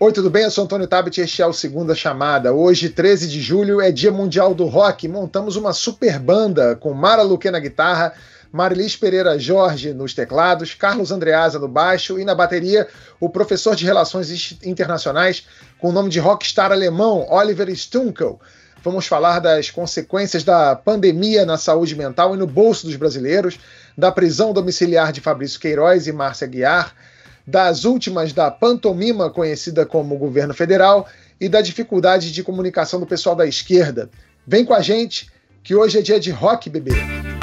Oi, tudo bem? Eu sou Antônio Tabet e este é o Segunda Chamada. Hoje, 13 de julho, é Dia Mundial do Rock. Montamos uma super banda com Mara Luque na guitarra, Marilis Pereira Jorge nos teclados, Carlos Andreasa no baixo e na bateria o professor de Relações Internacionais com o nome de rockstar alemão, Oliver Stunkel. Vamos falar das consequências da pandemia na saúde mental e no bolso dos brasileiros, da prisão domiciliar de Fabrício Queiroz e Márcia Guiar, das últimas da pantomima conhecida como governo federal e da dificuldade de comunicação do pessoal da esquerda. Vem com a gente, que hoje é dia de rock, bebê!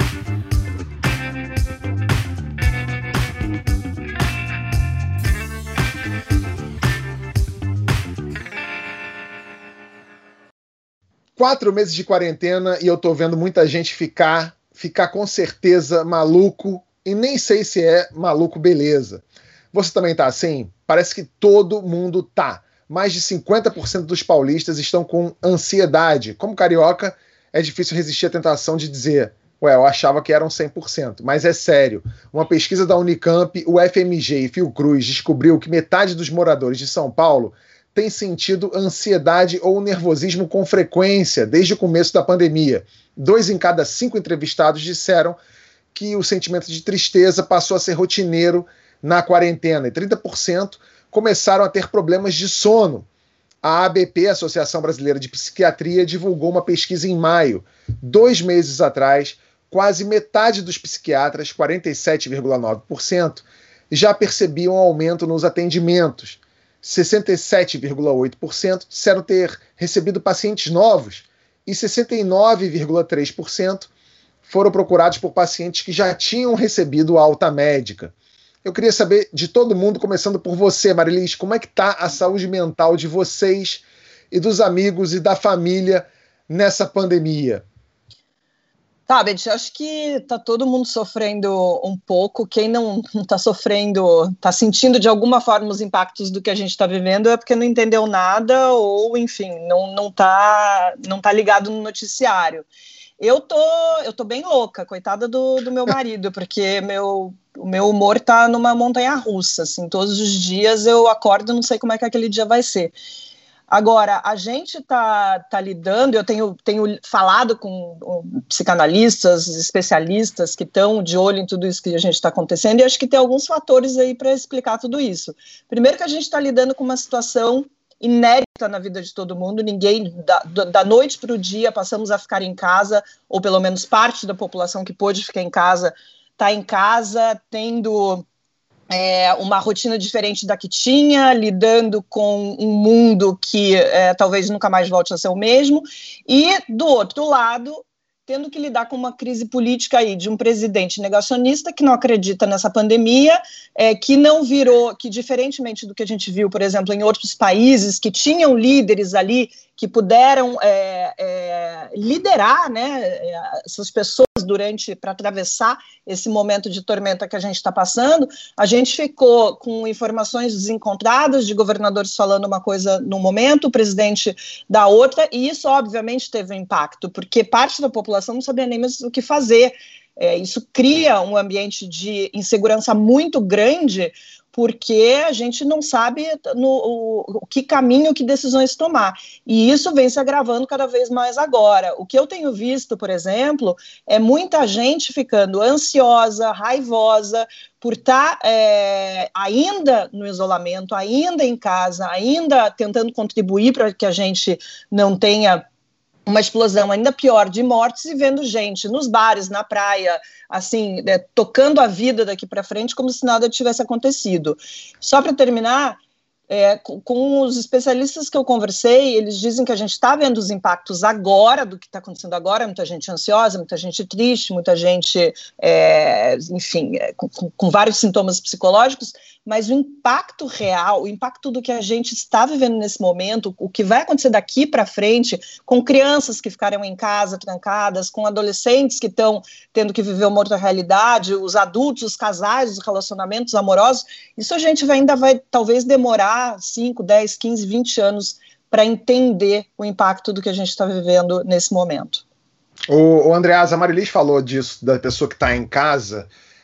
Quatro meses de quarentena e eu tô vendo muita gente ficar com certeza maluco, e nem sei se é maluco beleza. Você também tá assim? Parece que todo mundo tá. Mais de 50% dos paulistas estão com ansiedade. Como carioca, é difícil resistir à tentação de dizer: ué, eu achava que eram 100%. Mas é sério. Uma pesquisa da Unicamp, o FMG e Fiocruz descobriu que metade dos moradores de São Paulo tem sentido ansiedade ou nervosismo com frequência desde o começo da pandemia. 2 em cada 5 entrevistados disseram que o sentimento de tristeza passou a ser rotineiro na quarentena, e 30% começaram a ter problemas de sono. A ABP, Associação Brasileira de Psiquiatria, divulgou uma pesquisa em maio. 2 meses atrás, quase metade dos psiquiatras, 47,9%, já percebiam aumento nos atendimentos. 67,8% disseram ter recebido pacientes novos e 69,3% foram procurados por pacientes que já tinham recebido alta médica. Eu queria saber de todo mundo, começando por você, Marilis, como é que está a saúde mental de vocês e dos amigos e da família nessa pandemia? Tá, Beth, acho que tá todo mundo sofrendo um pouco. Quem não tá sofrendo, tá sentindo de alguma forma os impactos do que a gente está vivendo é porque não entendeu nada ou, enfim, não tá ligado no noticiário. Eu tô bem louca, coitada do meu marido, porque o meu humor tá numa montanha-russa, assim, todos os dias eu acordo e não sei como é que aquele dia vai ser. Agora, a gente tá lidando, eu tenho falado com psicanalistas, especialistas que estão de olho em tudo isso que a gente está acontecendo, e acho que tem alguns fatores aí para explicar tudo isso. Primeiro que a gente está lidando com uma situação inédita na vida de todo mundo, ninguém, da noite para o dia, passamos a ficar em casa, ou pelo menos parte da população que pôde ficar em casa, está em casa, tendo uma rotina diferente da que tinha, lidando com um mundo que talvez nunca mais volte a ser o mesmo, e do outro lado, tendo que lidar com uma crise política aí de um presidente negacionista que não acredita nessa pandemia, que não virou, que diferentemente do que a gente viu, por exemplo, em outros países que tinham líderes ali que puderam liderar, né, essas pessoas para atravessar esse momento de tormenta que a gente está passando, a gente ficou com informações desencontradas de governadores falando uma coisa num momento, o presidente da outra, e isso obviamente teve um impacto, porque parte da população não sabia nem mais o que fazer. Isso cria um ambiente de insegurança muito grande, porque a gente não sabe o que caminho, que decisões tomar. E isso vem se agravando cada vez mais agora. O que eu tenho visto, por exemplo, é muita gente ficando ansiosa, raivosa, por estar ainda no isolamento, ainda em casa, ainda tentando contribuir para que a gente não tenha uma explosão ainda pior de mortes, e vendo gente nos bares, na praia, assim, tocando a vida daqui para frente como se nada tivesse acontecido. Só para terminar, com os especialistas que eu conversei, eles dizem que a gente está vendo os impactos agora, do que está acontecendo agora, muita gente ansiosa, muita gente triste, muita gente, enfim, com vários sintomas psicológicos, mas o impacto real, o impacto do que a gente está vivendo nesse momento, o que vai acontecer daqui para frente, com crianças que ficaram em casa trancadas, com adolescentes que estão tendo que viver uma outra realidade, os adultos, os casais, os relacionamentos amorosos, isso a gente ainda vai talvez demorar 5, 10, 15, 20 anos para entender o impacto do que a gente está vivendo nesse momento. O Andreasa, a Marilis falou disso, da pessoa que está em casa.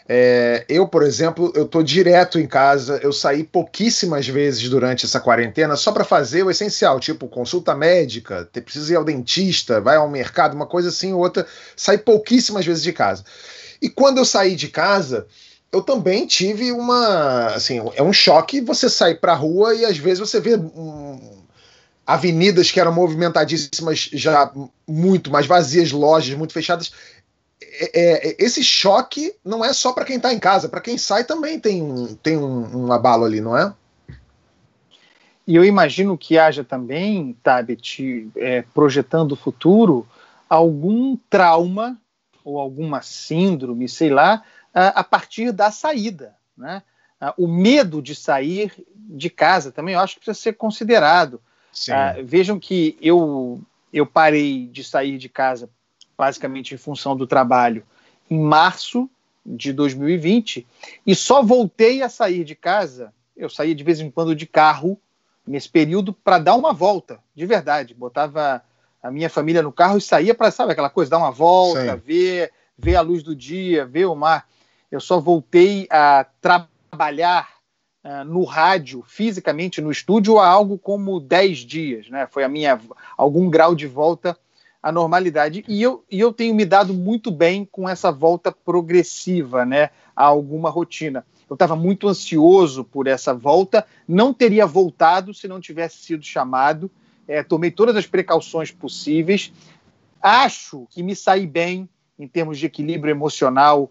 Eu, por exemplo, eu tô direto em casa, eu saí pouquíssimas vezes durante essa quarentena só para fazer o essencial, tipo consulta médica, precisa ir ao dentista, vai ao mercado, uma coisa assim, outra, saí pouquíssimas vezes de casa. E quando eu saí de casa, eu também tive assim, é um choque você sair pra rua e às vezes você vê avenidas que eram movimentadíssimas já muito mais vazias, lojas muito fechadas. Esse choque não é só para quem está em casa, para quem sai também tem um abalo ali, não é? E eu imagino que haja também, Tabet, projetando o futuro, algum trauma ou alguma síndrome, sei lá, a partir da saída, né? O medo de sair de casa também eu acho que precisa ser considerado. Vejam que eu parei de sair de casa basicamente em função do trabalho em março de 2020 e só voltei a sair de casa, eu saía de vez em quando de carro nesse período para dar uma volta, de verdade, botava a minha família no carro e saía para, sabe, aquela coisa, dar uma volta, ver a luz do dia, ver o mar. Eu só voltei a trabalhar no rádio, fisicamente no estúdio, há algo como 10 dias, né? Foi algum grau de volta à normalidade. E eu tenho me dado muito bem com essa volta progressiva, né, a alguma rotina. Eu estava muito ansioso por essa volta, não teria voltado se não tivesse sido chamado, tomei todas as precauções possíveis, acho que me saí bem em termos de equilíbrio emocional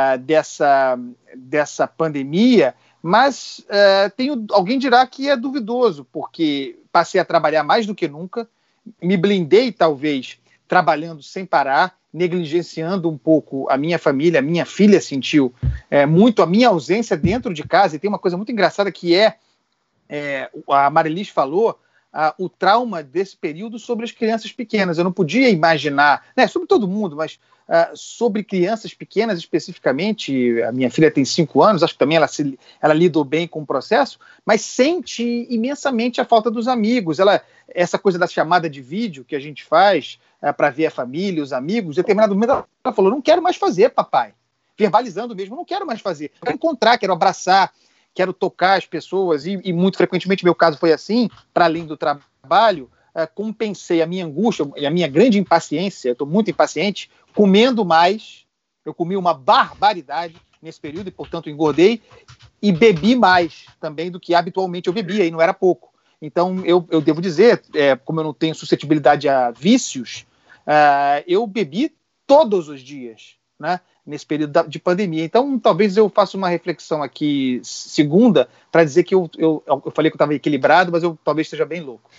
dessa pandemia, mas alguém dirá que é duvidoso, porque passei a trabalhar mais do que nunca, me blindei talvez trabalhando sem parar, negligenciando um pouco a minha família. A minha filha sentiu muito a minha ausência dentro de casa, e tem uma coisa muito engraçada que a Marilis falou, o trauma desse período sobre as crianças pequenas. Eu não podia imaginar, né, sobre todo mundo, mas sobre crianças pequenas especificamente. A minha filha tem 5 anos, acho que também ela lidou bem com o processo, mas sente imensamente a falta dos amigos. Essa coisa da chamada de vídeo que a gente faz para ver a família, os amigos, em determinado momento ela falou, não quero mais fazer, papai. Verbalizando mesmo, não quero mais fazer. Eu quero encontrar, quero abraçar, quero tocar as pessoas, e muito frequentemente meu caso foi assim, para além do trabalho, compensei a minha angústia e a minha grande impaciência, eu estou muito impaciente, comendo mais. Eu comi uma barbaridade nesse período e, portanto, engordei, e bebi mais também do que habitualmente eu bebia, e não era pouco. Então, eu devo dizer, como eu não tenho suscetibilidade a vícios, eu bebi todos os dias, né, nesse período de pandemia. Então, talvez eu faça uma reflexão aqui segunda para dizer que eu falei que eu estava equilibrado, mas eu talvez esteja bem louco.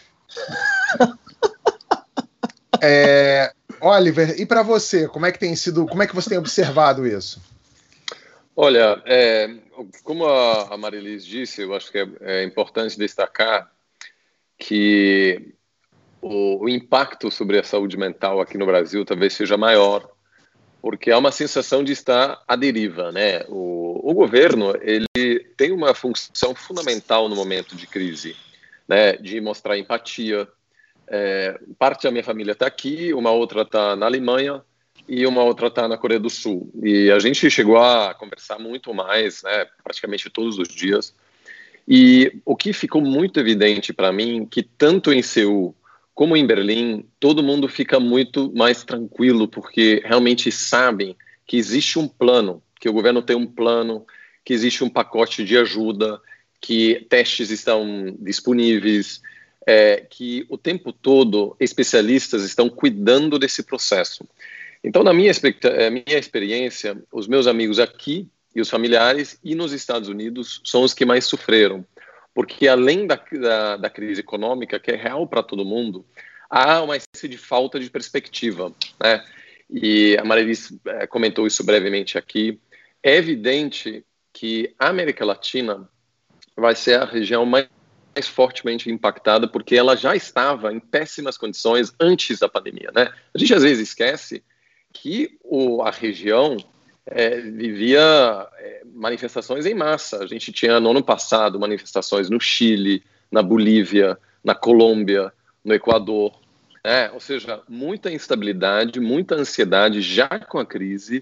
Oliver, e para você, como é que você tem observado isso? Olha, como a Marilis disse, eu acho que é importante destacar que o impacto sobre a saúde mental aqui no Brasil talvez seja maior, porque há uma sensação de estar à deriva, né? O governo, ele tem uma função fundamental no momento de crise, né? De mostrar empatia. Parte da minha família está aqui, uma outra está na Alemanha e uma outra está na Coreia do Sul. E a gente chegou a conversar muito mais, né? Praticamente todos os dias. E o que ficou muito evidente para mim, que tanto em Seul como em Berlim, todo mundo fica muito mais tranquilo, porque realmente sabem que existe um plano, que o governo tem um plano, que existe um pacote de ajuda, que testes estão disponíveis, que o tempo todo especialistas estão cuidando desse processo. Então, na minha experiência, os meus amigos aqui e os familiares e nos Estados Unidos são os que mais sofreram, porque além da crise econômica, que é real para todo mundo, há uma espécie de falta de perspectiva, né? E a Marilis comentou isso brevemente aqui. É evidente que a América Latina vai ser a região mais fortemente impactada, porque ela já estava em péssimas condições antes da pandemia, né? A gente às vezes esquece que a região vivia manifestações em massa. A gente tinha no ano passado manifestações no Chile, na Bolívia, na Colômbia, no Equador, ou seja, muita instabilidade, muita ansiedade já com a crise,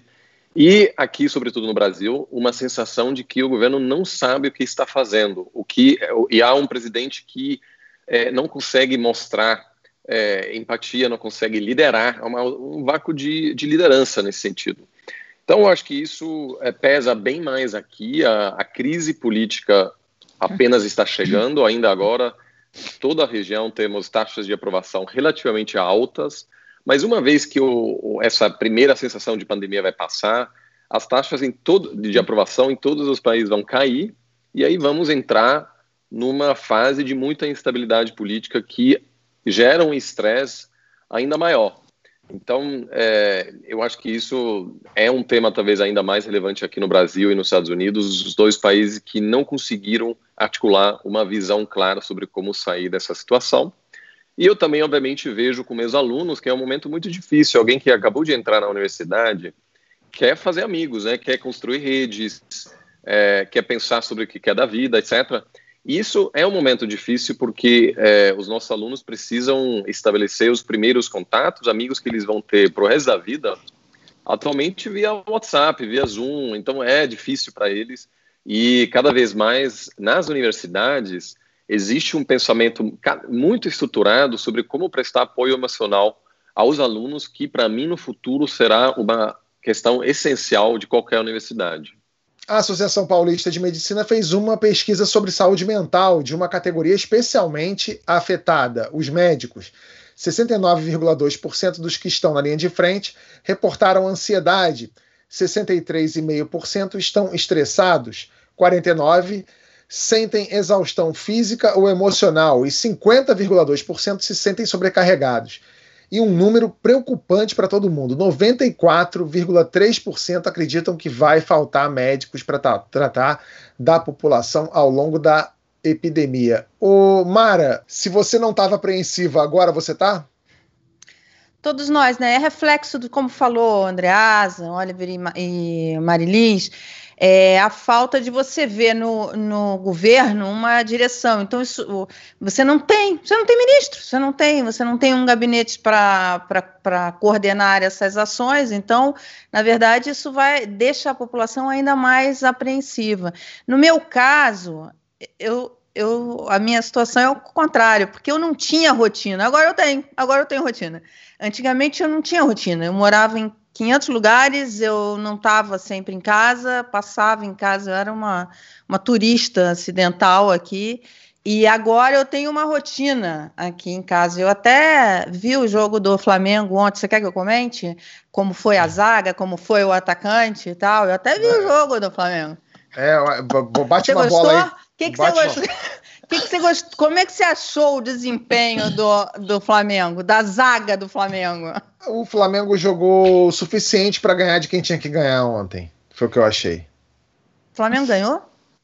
E aqui, sobretudo no Brasil, uma sensação de que o governo não sabe o que está fazendo, e há um presidente que não consegue mostrar empatia, não consegue liderar, há um vácuo de liderança nesse sentido. Então, eu acho que isso pesa bem mais aqui. A crise política apenas está chegando, ainda agora, toda a região temos taxas de aprovação relativamente altas, mas uma vez que essa primeira sensação de pandemia vai passar, as taxas de aprovação em todos os países vão cair, e aí vamos entrar numa fase de muita instabilidade política que gera um estresse ainda maior. Então, eu acho que isso é um tema talvez ainda mais relevante aqui no Brasil e nos Estados Unidos, os dois países que não conseguiram articular uma visão clara sobre como sair dessa situação. E eu também, obviamente, vejo com meus alunos que é um momento muito difícil. Alguém que acabou de entrar na universidade quer fazer amigos, né? Quer construir redes, quer pensar sobre o que quer da vida, etc. E isso é um momento difícil porque os nossos alunos precisam estabelecer os primeiros contatos, amigos que eles vão ter para o resto da vida, atualmente via WhatsApp, via Zoom. Então é difícil para eles. E cada vez mais nas universidades existe um pensamento muito estruturado sobre como prestar apoio emocional aos alunos, que para mim no futuro será uma questão essencial de qualquer universidade. A Associação Paulista de Medicina fez uma pesquisa sobre saúde mental de uma categoria especialmente afetada, os médicos. 69,2% dos que estão na linha de frente reportaram ansiedade, 63,5% estão estressados, 49% sentem exaustão física ou emocional e 50,2% se sentem sobrecarregados. E um número preocupante para todo mundo, 94,3% acreditam que vai faltar médicos para tratar da população ao longo da epidemia. Ô Mara, se você não estava apreensiva, agora você está? Todos nós, né? É reflexo de como falou Andreasa, Oliver e Marilis, a falta de você ver no governo uma direção. Então, você não tem ministro, você não tem um gabinete para coordenar essas ações. Então, na verdade, isso deixa a população ainda mais apreensiva. No meu caso, a minha situação é o contrário, porque eu não tinha rotina. Agora eu tenho rotina. Antigamente eu não tinha rotina, eu morava em 500 lugares, eu não estava sempre em casa, passava em casa, eu era uma turista acidental aqui, e agora eu tenho uma rotina aqui em casa. Eu até vi o jogo do Flamengo ontem, você quer que eu comente? Como foi a zaga, como foi o atacante e tal, eu até vi o jogo do Flamengo. Bate uma bola aí. O que você gostou? Como é que você achou o desempenho do Flamengo, da zaga do Flamengo? O Flamengo jogou o suficiente para ganhar de quem tinha que ganhar ontem. Foi o que eu achei. O Flamengo ganhou?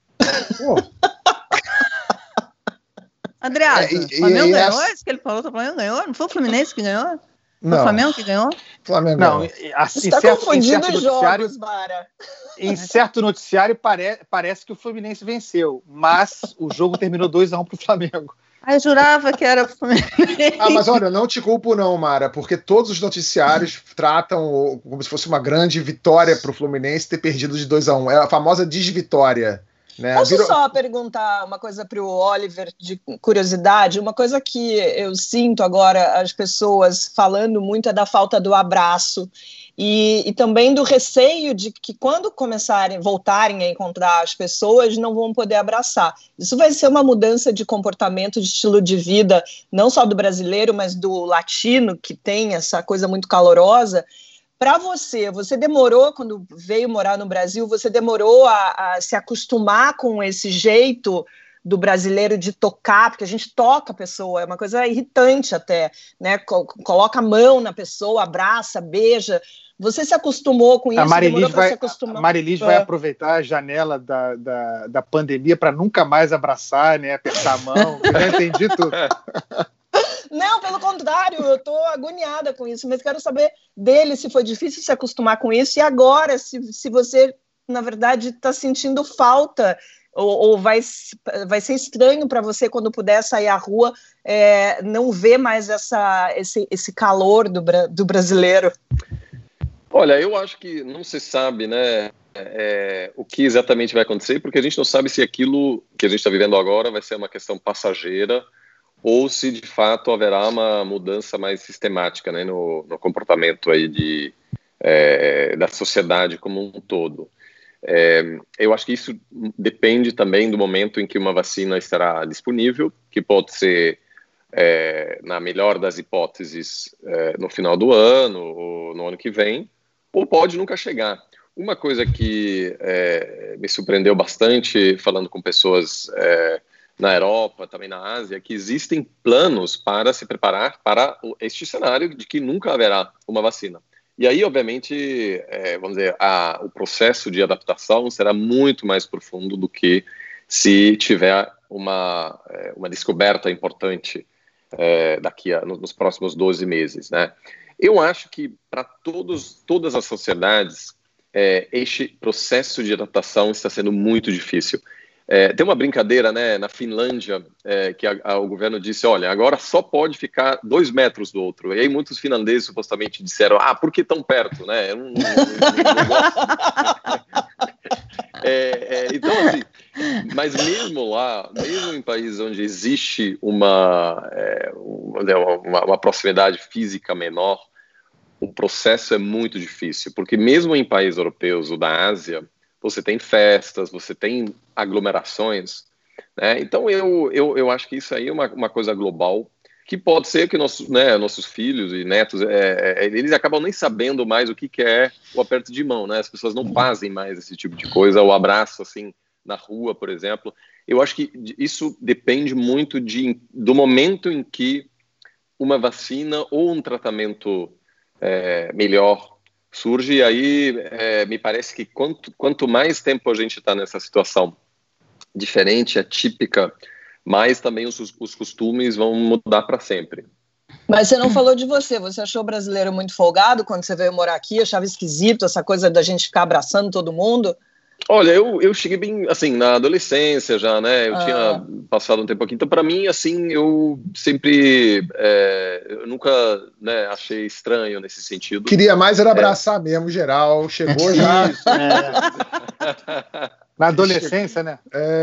Andreasa, o Flamengo ganhou? Isso que ele falou, o Flamengo ganhou? Não foi o Fluminense que ganhou? Foi o Flamengo que ganhou? Flamengo não, ganhou. Assim, você está confundindo os jogos, Mara. Em certo noticiário parece que o Fluminense venceu, mas o jogo terminou 2-1 para o Flamengo. Eu jurava que era o Fluminense. Mas olha, não te culpo não, Mara, porque todos os noticiários tratam como se fosse uma grande vitória para o Fluminense ter perdido de 2-1. É a famosa desvitória. Né? Posso só perguntar uma coisa para o Oliver, de curiosidade? Uma coisa que eu sinto agora as pessoas falando muito é da falta do abraço e também do receio de que quando voltarem a encontrar as pessoas, não vão poder abraçar. Isso vai ser uma mudança de comportamento, de estilo de vida, não só do brasileiro, mas do latino, que tem essa coisa muito calorosa. Para você demorou, quando veio morar no Brasil, você demorou a se acostumar com esse jeito do brasileiro de tocar, porque a gente toca a pessoa, é uma coisa irritante até, né? Coloca a mão na pessoa, abraça, beija. Você se acostumou com isso? A Marilis vai aproveitar a janela da pandemia para nunca mais abraçar, né? Apertar a mão. Eu já entendi tudo. Não, pelo contrário, eu estou agoniada com isso, mas quero saber dele se foi difícil se acostumar com isso e agora, se você, na verdade, está sentindo falta ou vai ser estranho para você quando puder sair à rua, não ver mais esse calor do brasileiro. Olha, eu acho que não se sabe, né, o que exatamente vai acontecer, porque a gente não sabe se aquilo que a gente está vivendo agora vai ser uma questão passageira ou se de fato haverá uma mudança mais sistemática, né, no comportamento aí da sociedade como um todo. Eu acho que isso depende também do momento em que uma vacina estará disponível, que pode ser, na melhor das hipóteses, no final do ano ou no ano que vem, ou pode nunca chegar. Uma coisa que me surpreendeu bastante, falando com pessoas na Europa, também na Ásia, que existem planos para se preparar para este cenário de que nunca haverá uma vacina. E aí, obviamente, vamos dizer, o processo de adaptação será muito mais profundo do que se tiver uma descoberta importante nos próximos 12 meses, né? Eu acho que para todas as sociedades, este processo de adaptação está sendo muito difícil. Tem uma brincadeira, né, na Finlândia, que o governo disse, olha, agora só pode ficar 2 metros do outro. E aí muitos finlandeses supostamente disseram, por que tão perto, né? Eu não gosto. Então, assim, mas mesmo lá, mesmo em países onde existe uma proximidade física menor, o processo é muito difícil, porque mesmo em países europeus ou da Ásia, você tem festas, você tem aglomerações, né? Então eu acho que isso aí é uma coisa global, que pode ser que nossos filhos e netos, eles acabam nem sabendo mais o que é o aperto de mão, né? As pessoas não fazem mais esse tipo de coisa, o abraço assim na rua, por exemplo. Eu acho que isso depende muito do momento em que uma vacina ou um tratamento melhor surge, e aí me parece que quanto mais tempo a gente está nessa situação diferente, atípica, mais também os costumes vão mudar para sempre. Mas você não falou de você achou o brasileiro muito folgado quando você veio morar aqui, achava esquisito essa coisa da gente ficar abraçando todo mundo? Olha, eu cheguei bem, assim, na adolescência já, né, eu tinha passado um tempo aqui, então para mim, assim, eu sempre, eu nunca, né, achei estranho nesse sentido. Queria mais era abraçar mesmo, geral, chegou já. Na adolescência, né?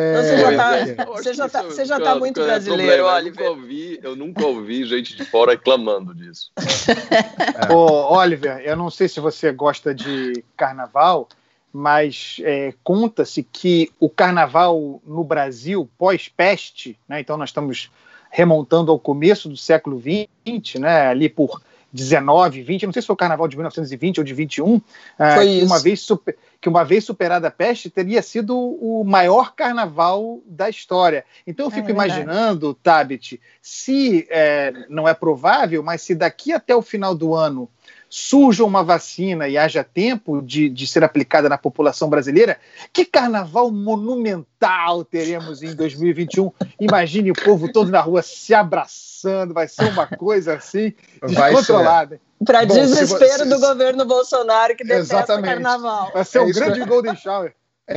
Você já tá muito brasileiro, Oliver. Eu nunca ouvi gente de fora reclamando disso. Ô, Oliver, eu não sei se você gosta de carnaval, mas conta-se que o carnaval no Brasil, pós-peste, né, então nós estamos remontando ao começo do século XX, né, ali por 19, 20, não sei se foi o carnaval de 1920 ou de 21, que uma vez superada a peste, teria sido o maior carnaval da história. Então eu fico imaginando, Tabet, se não é provável, mas se daqui até o final do ano surja uma vacina e haja tempo de ser aplicada na população brasileira, que carnaval monumental teremos em 2021. Imagine o povo todo na rua se abraçando, vai ser uma coisa assim descontrolada. Para desespero do governo Bolsonaro, que detesta carnaval. Vai ser um grande Golden Shower.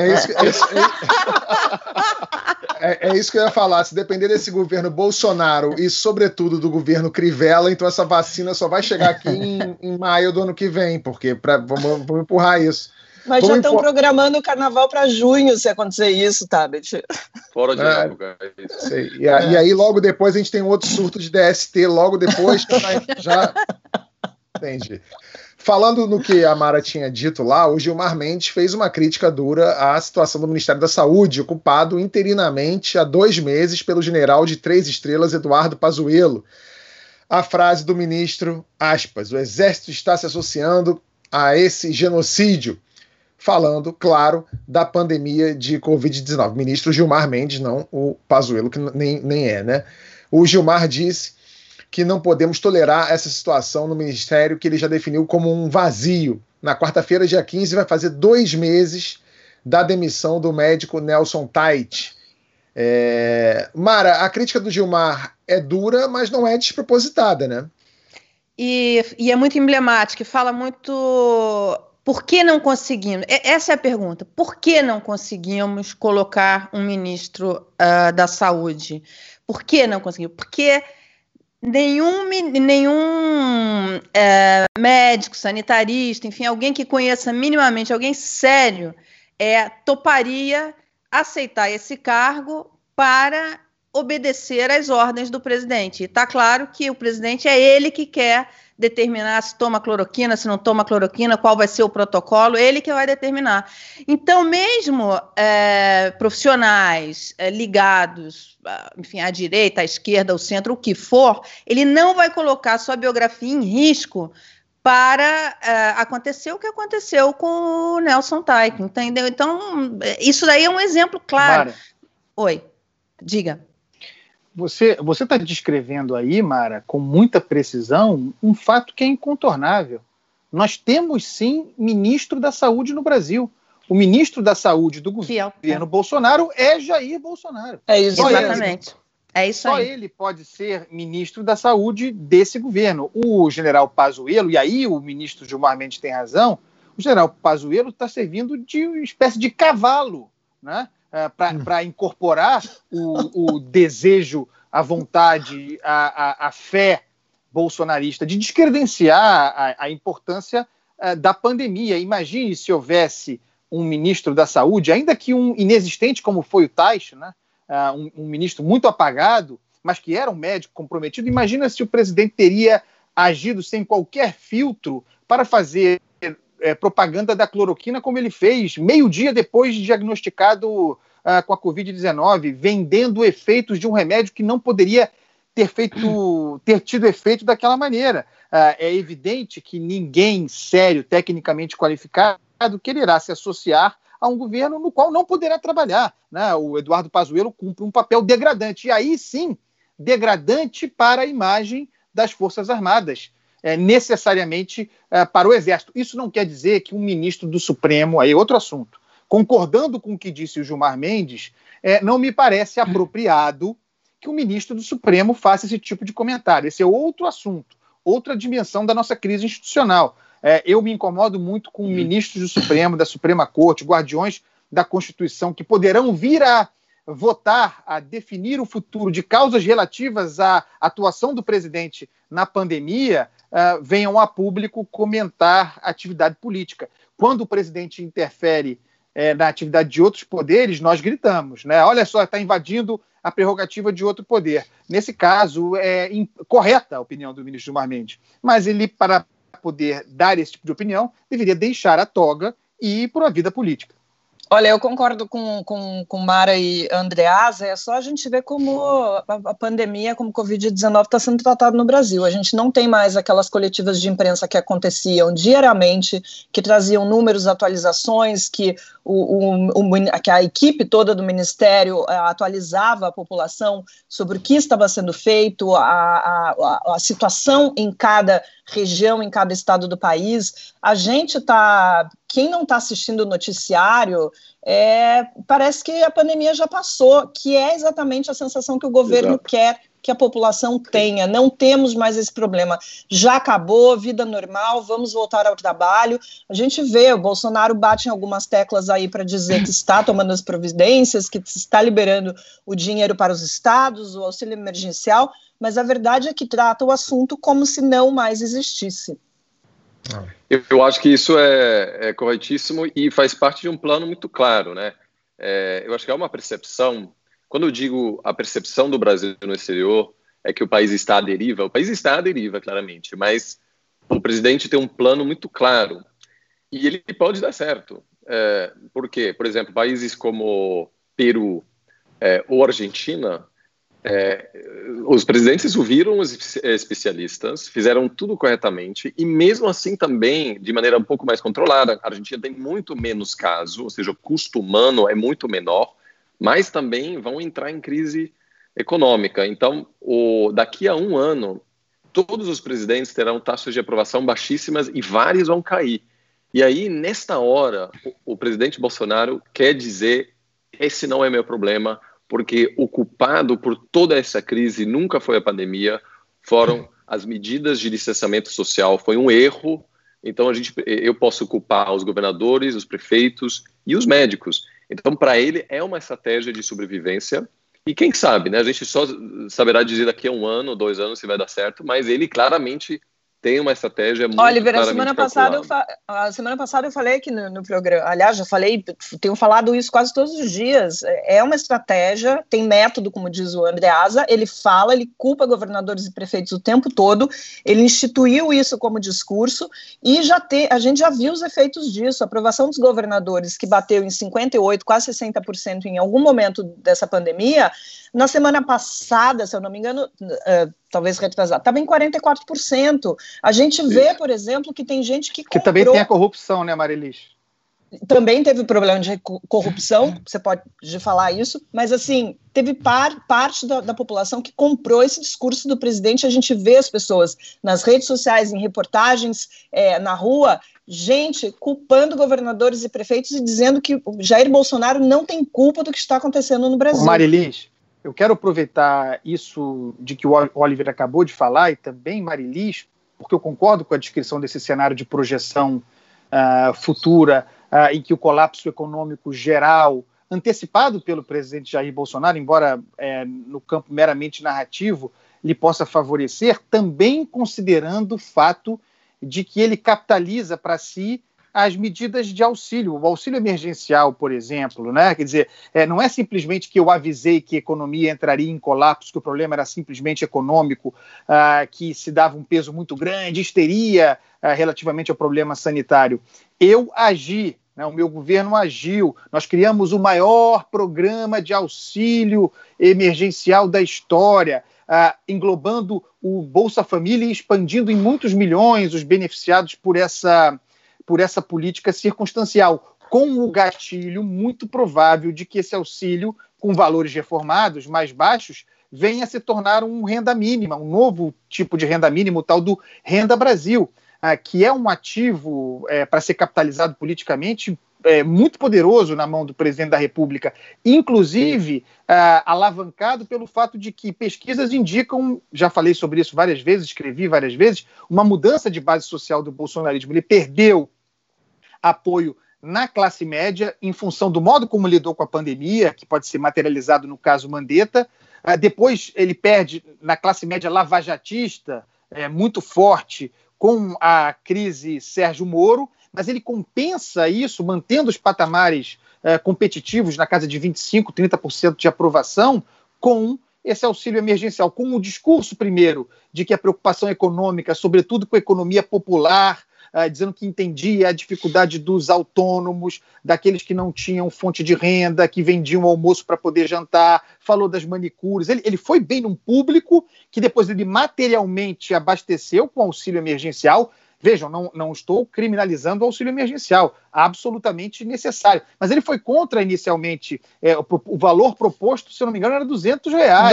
É isso que eu ia falar. Se depender desse governo Bolsonaro e, sobretudo, do governo Crivella, então essa vacina só vai chegar aqui em maio do ano que vem, porque vamos empurrar isso. Mas já estão programando o carnaval para junho, se acontecer isso, Tabet. Fora de época. E aí, logo depois, a gente tem outro surto de DST, logo depois, já... Entendi. Falando no que a Mara tinha dito lá, o Gilmar Mendes fez uma crítica dura à situação do Ministério da Saúde, ocupado interinamente há 2 meses pelo general de 3 estrelas Eduardo Pazuello. A frase do ministro, aspas, o Exército está se associando a esse genocídio, falando, claro, da pandemia de Covid-19. O ministro Gilmar Mendes, não o Pazuello, que nem é, né? O Gilmar disse que não podemos tolerar essa situação no Ministério que ele já definiu como um vazio. Na quarta-feira, dia 15, vai fazer 2 meses da demissão do médico Nelson Tait. Mara, a crítica do Gilmar é dura, mas não é despropositada, né? E é muito emblemática, fala muito... Por que não conseguimos? Essa é a pergunta. Por que não conseguimos colocar um ministro da Saúde? Por que não conseguimos? Porque nenhum médico, sanitarista, enfim, alguém que conheça minimamente, alguém sério, toparia aceitar esse cargo para obedecer às ordens do presidente. E está claro que o presidente é ele que quer determinar se toma cloroquina, se não toma cloroquina, qual vai ser o protocolo, ele que vai determinar. Então, mesmo profissionais ligados, enfim, à direita, à esquerda, ao centro, o que for, ele não vai colocar sua biografia em risco para acontecer o que aconteceu com o Nelson Taico, entendeu? Então, isso daí é um exemplo claro. Mara, oi, diga. Você está descrevendo aí, Mara, com muita precisão, um fato que é incontornável. Nós temos, sim, ministro da Saúde no Brasil. O ministro da Saúde do governo Bolsonaro é Jair Bolsonaro. É isso, exatamente. É isso Só aí. ele pode ser ministro da Saúde desse governo. O general Pazuello, e aí o ministro Gilmar Mendes tem razão, o general Pazuello está servindo de uma espécie de cavalo, né? Para incorporar o desejo, a vontade, a fé bolsonarista de descredenciar a importância da pandemia. Imagine se houvesse um ministro da Saúde, ainda que um inexistente como foi o Taish, né? Um ministro muito apagado, mas que era um médico comprometido. Imagina se o presidente teria agido sem qualquer filtro para fazer propaganda da cloroquina, como ele fez meio-dia depois de diagnosticado com a Covid-19, vendendo efeitos de um remédio que não poderia ter tido efeito daquela maneira. É evidente que ninguém sério, tecnicamente qualificado, quererá se associar a um governo no qual não poderá trabalhar, né? O Eduardo Pazuello cumpre um papel degradante, e aí sim, degradante para a imagem das Forças Armadas, necessariamente para o Exército. Isso não quer dizer que um ministro do Supremo, aí outro assunto, concordando com o que disse o Gilmar Mendes, não me parece apropriado que o ministro do Supremo faça esse tipo de comentário. Esse é outro assunto, outra dimensão da nossa crise institucional. Eu me incomodo muito com ministros do Supremo, da Suprema Corte, guardiões da Constituição, que poderão vir a votar, a definir o futuro de causas relativas à atuação do presidente na pandemia, venham a público comentar atividade política. Quando o presidente interfere na atividade de outros poderes, nós gritamos, né? Olha só, está invadindo a prerrogativa de outro poder. Nesse caso, é correta a opinião do ministro Gilmar Mendes, mas ele, para poder dar esse tipo de opinião, deveria deixar a toga e ir para a vida política. Olha, eu concordo com Mara e Andreasa, é só a gente ver como a pandemia, como o Covid-19 está sendo tratado no Brasil. A gente não tem mais aquelas coletivas de imprensa que aconteciam diariamente, que traziam números, atualizações, que a equipe toda do Ministério atualizava a população sobre o que estava sendo feito, a situação em cada região, em cada estado do país. Quem não está assistindo o noticiário, parece que a pandemia já passou, que é exatamente a sensação que o governo quer que a população tenha. Não temos mais esse problema. Já acabou, vida normal, vamos voltar ao trabalho. A gente vê, o Bolsonaro bate em algumas teclas aí para dizer que está tomando as providências, que está liberando o dinheiro para os estados, o auxílio emergencial, mas a verdade é que trata o assunto como se não mais existisse. Eu acho que isso é corretíssimo e faz parte de um plano muito claro, né? Eu acho que é uma percepção. Quando eu digo a percepção do Brasil no exterior, é que o país está à deriva. O país está à deriva, claramente, mas o presidente tem um plano muito claro e ele pode dar certo. Por quê? Por exemplo, países como Peru ou Argentina, os presidentes ouviram os especialistas, fizeram tudo corretamente e mesmo assim também, de maneira um pouco mais controlada, a Argentina tem muito menos casos, ou seja, o custo humano é muito menor, mas também vão entrar em crise econômica. Então, daqui a um ano, todos os presidentes terão taxas de aprovação baixíssimas e vários vão cair. E aí, nesta hora, o presidente Bolsonaro quer dizer, esse não é meu problema, porque o culpado por toda essa crise nunca foi a pandemia, foram as medidas de distanciamento social, foi um erro. Então eu posso culpar os governadores, os prefeitos e os médicos. Então para ele é uma estratégia de sobrevivência E quem sabe, né? A gente só saberá dizer daqui a 1 ano, 2 anos se vai dar certo, mas ele claramente tem uma estratégia muito Oliver, claramente a semana passada eu falei aqui no programa, aliás, tenho falado isso quase todos os dias, é uma estratégia, tem método, como diz o Andreasa, ele culpa governadores e prefeitos o tempo todo, ele instituiu isso como discurso e a gente já viu os efeitos disso, a aprovação dos governadores que bateu em 58%, quase 60% em algum momento dessa pandemia, na semana passada, se eu não me engano, talvez retrasado, estava em 44%. A gente vê, por exemplo, que tem gente que comprou... Que também tem a corrupção, né, Marilis? Também teve problema de corrupção, você pode falar isso, mas assim, teve parte da população que comprou esse discurso do presidente. A gente vê as pessoas nas redes sociais, em reportagens, na rua, gente culpando governadores e prefeitos e dizendo que o Jair Bolsonaro não tem culpa do que está acontecendo no Brasil. Marilis, eu quero aproveitar isso de que o Oliver acabou de falar, e também, Marilis, porque eu concordo com a descrição desse cenário de projeção futura, em que o colapso econômico geral, antecipado pelo presidente Jair Bolsonaro, embora no campo meramente narrativo, lhe possa favorecer, também considerando o fato de que ele capitaliza para si as medidas de auxílio, o auxílio emergencial, por exemplo, né? Quer dizer, não é simplesmente que eu avisei que a economia entraria em colapso, que o problema era simplesmente econômico, que se dava um peso muito grande, histeria relativamente ao problema sanitário. Eu agi, né? O meu governo agiu, nós criamos o maior programa de auxílio emergencial da história, englobando o Bolsa Família e expandindo em muitos milhões os beneficiados por essa política circunstancial, com o gatilho muito provável de que esse auxílio, com valores reformados, mais baixos, venha a se tornar um renda mínima, um novo tipo de renda mínima, o tal do Renda Brasil, que é um ativo para ser capitalizado politicamente muito poderoso na mão do presidente da República, inclusive alavancado pelo fato de que pesquisas indicam, já falei sobre isso várias vezes, escrevi várias vezes, uma mudança de base social do bolsonarismo. Ele perdeu apoio na classe média em função do modo como lidou com a pandemia, que pode ser materializado no caso Mandetta. Depois ele perde na classe média lavajatista, muito forte, com a crise Sérgio Moro, mas ele compensa isso, mantendo os patamares competitivos na casa de 25%, 30% de aprovação, com esse auxílio emergencial, com o discurso, primeiro, de que a preocupação econômica, sobretudo com a economia popular, dizendo que entendia a dificuldade dos autônomos, daqueles que não tinham fonte de renda, que vendiam almoço para poder jantar, falou das manicures. Ele foi bem num público que depois ele materialmente abasteceu com auxílio emergencial. Vejam, não estou criminalizando o auxílio emergencial, absolutamente necessário. Mas ele foi contra, inicialmente, o valor proposto, se eu não me engano, era R$200.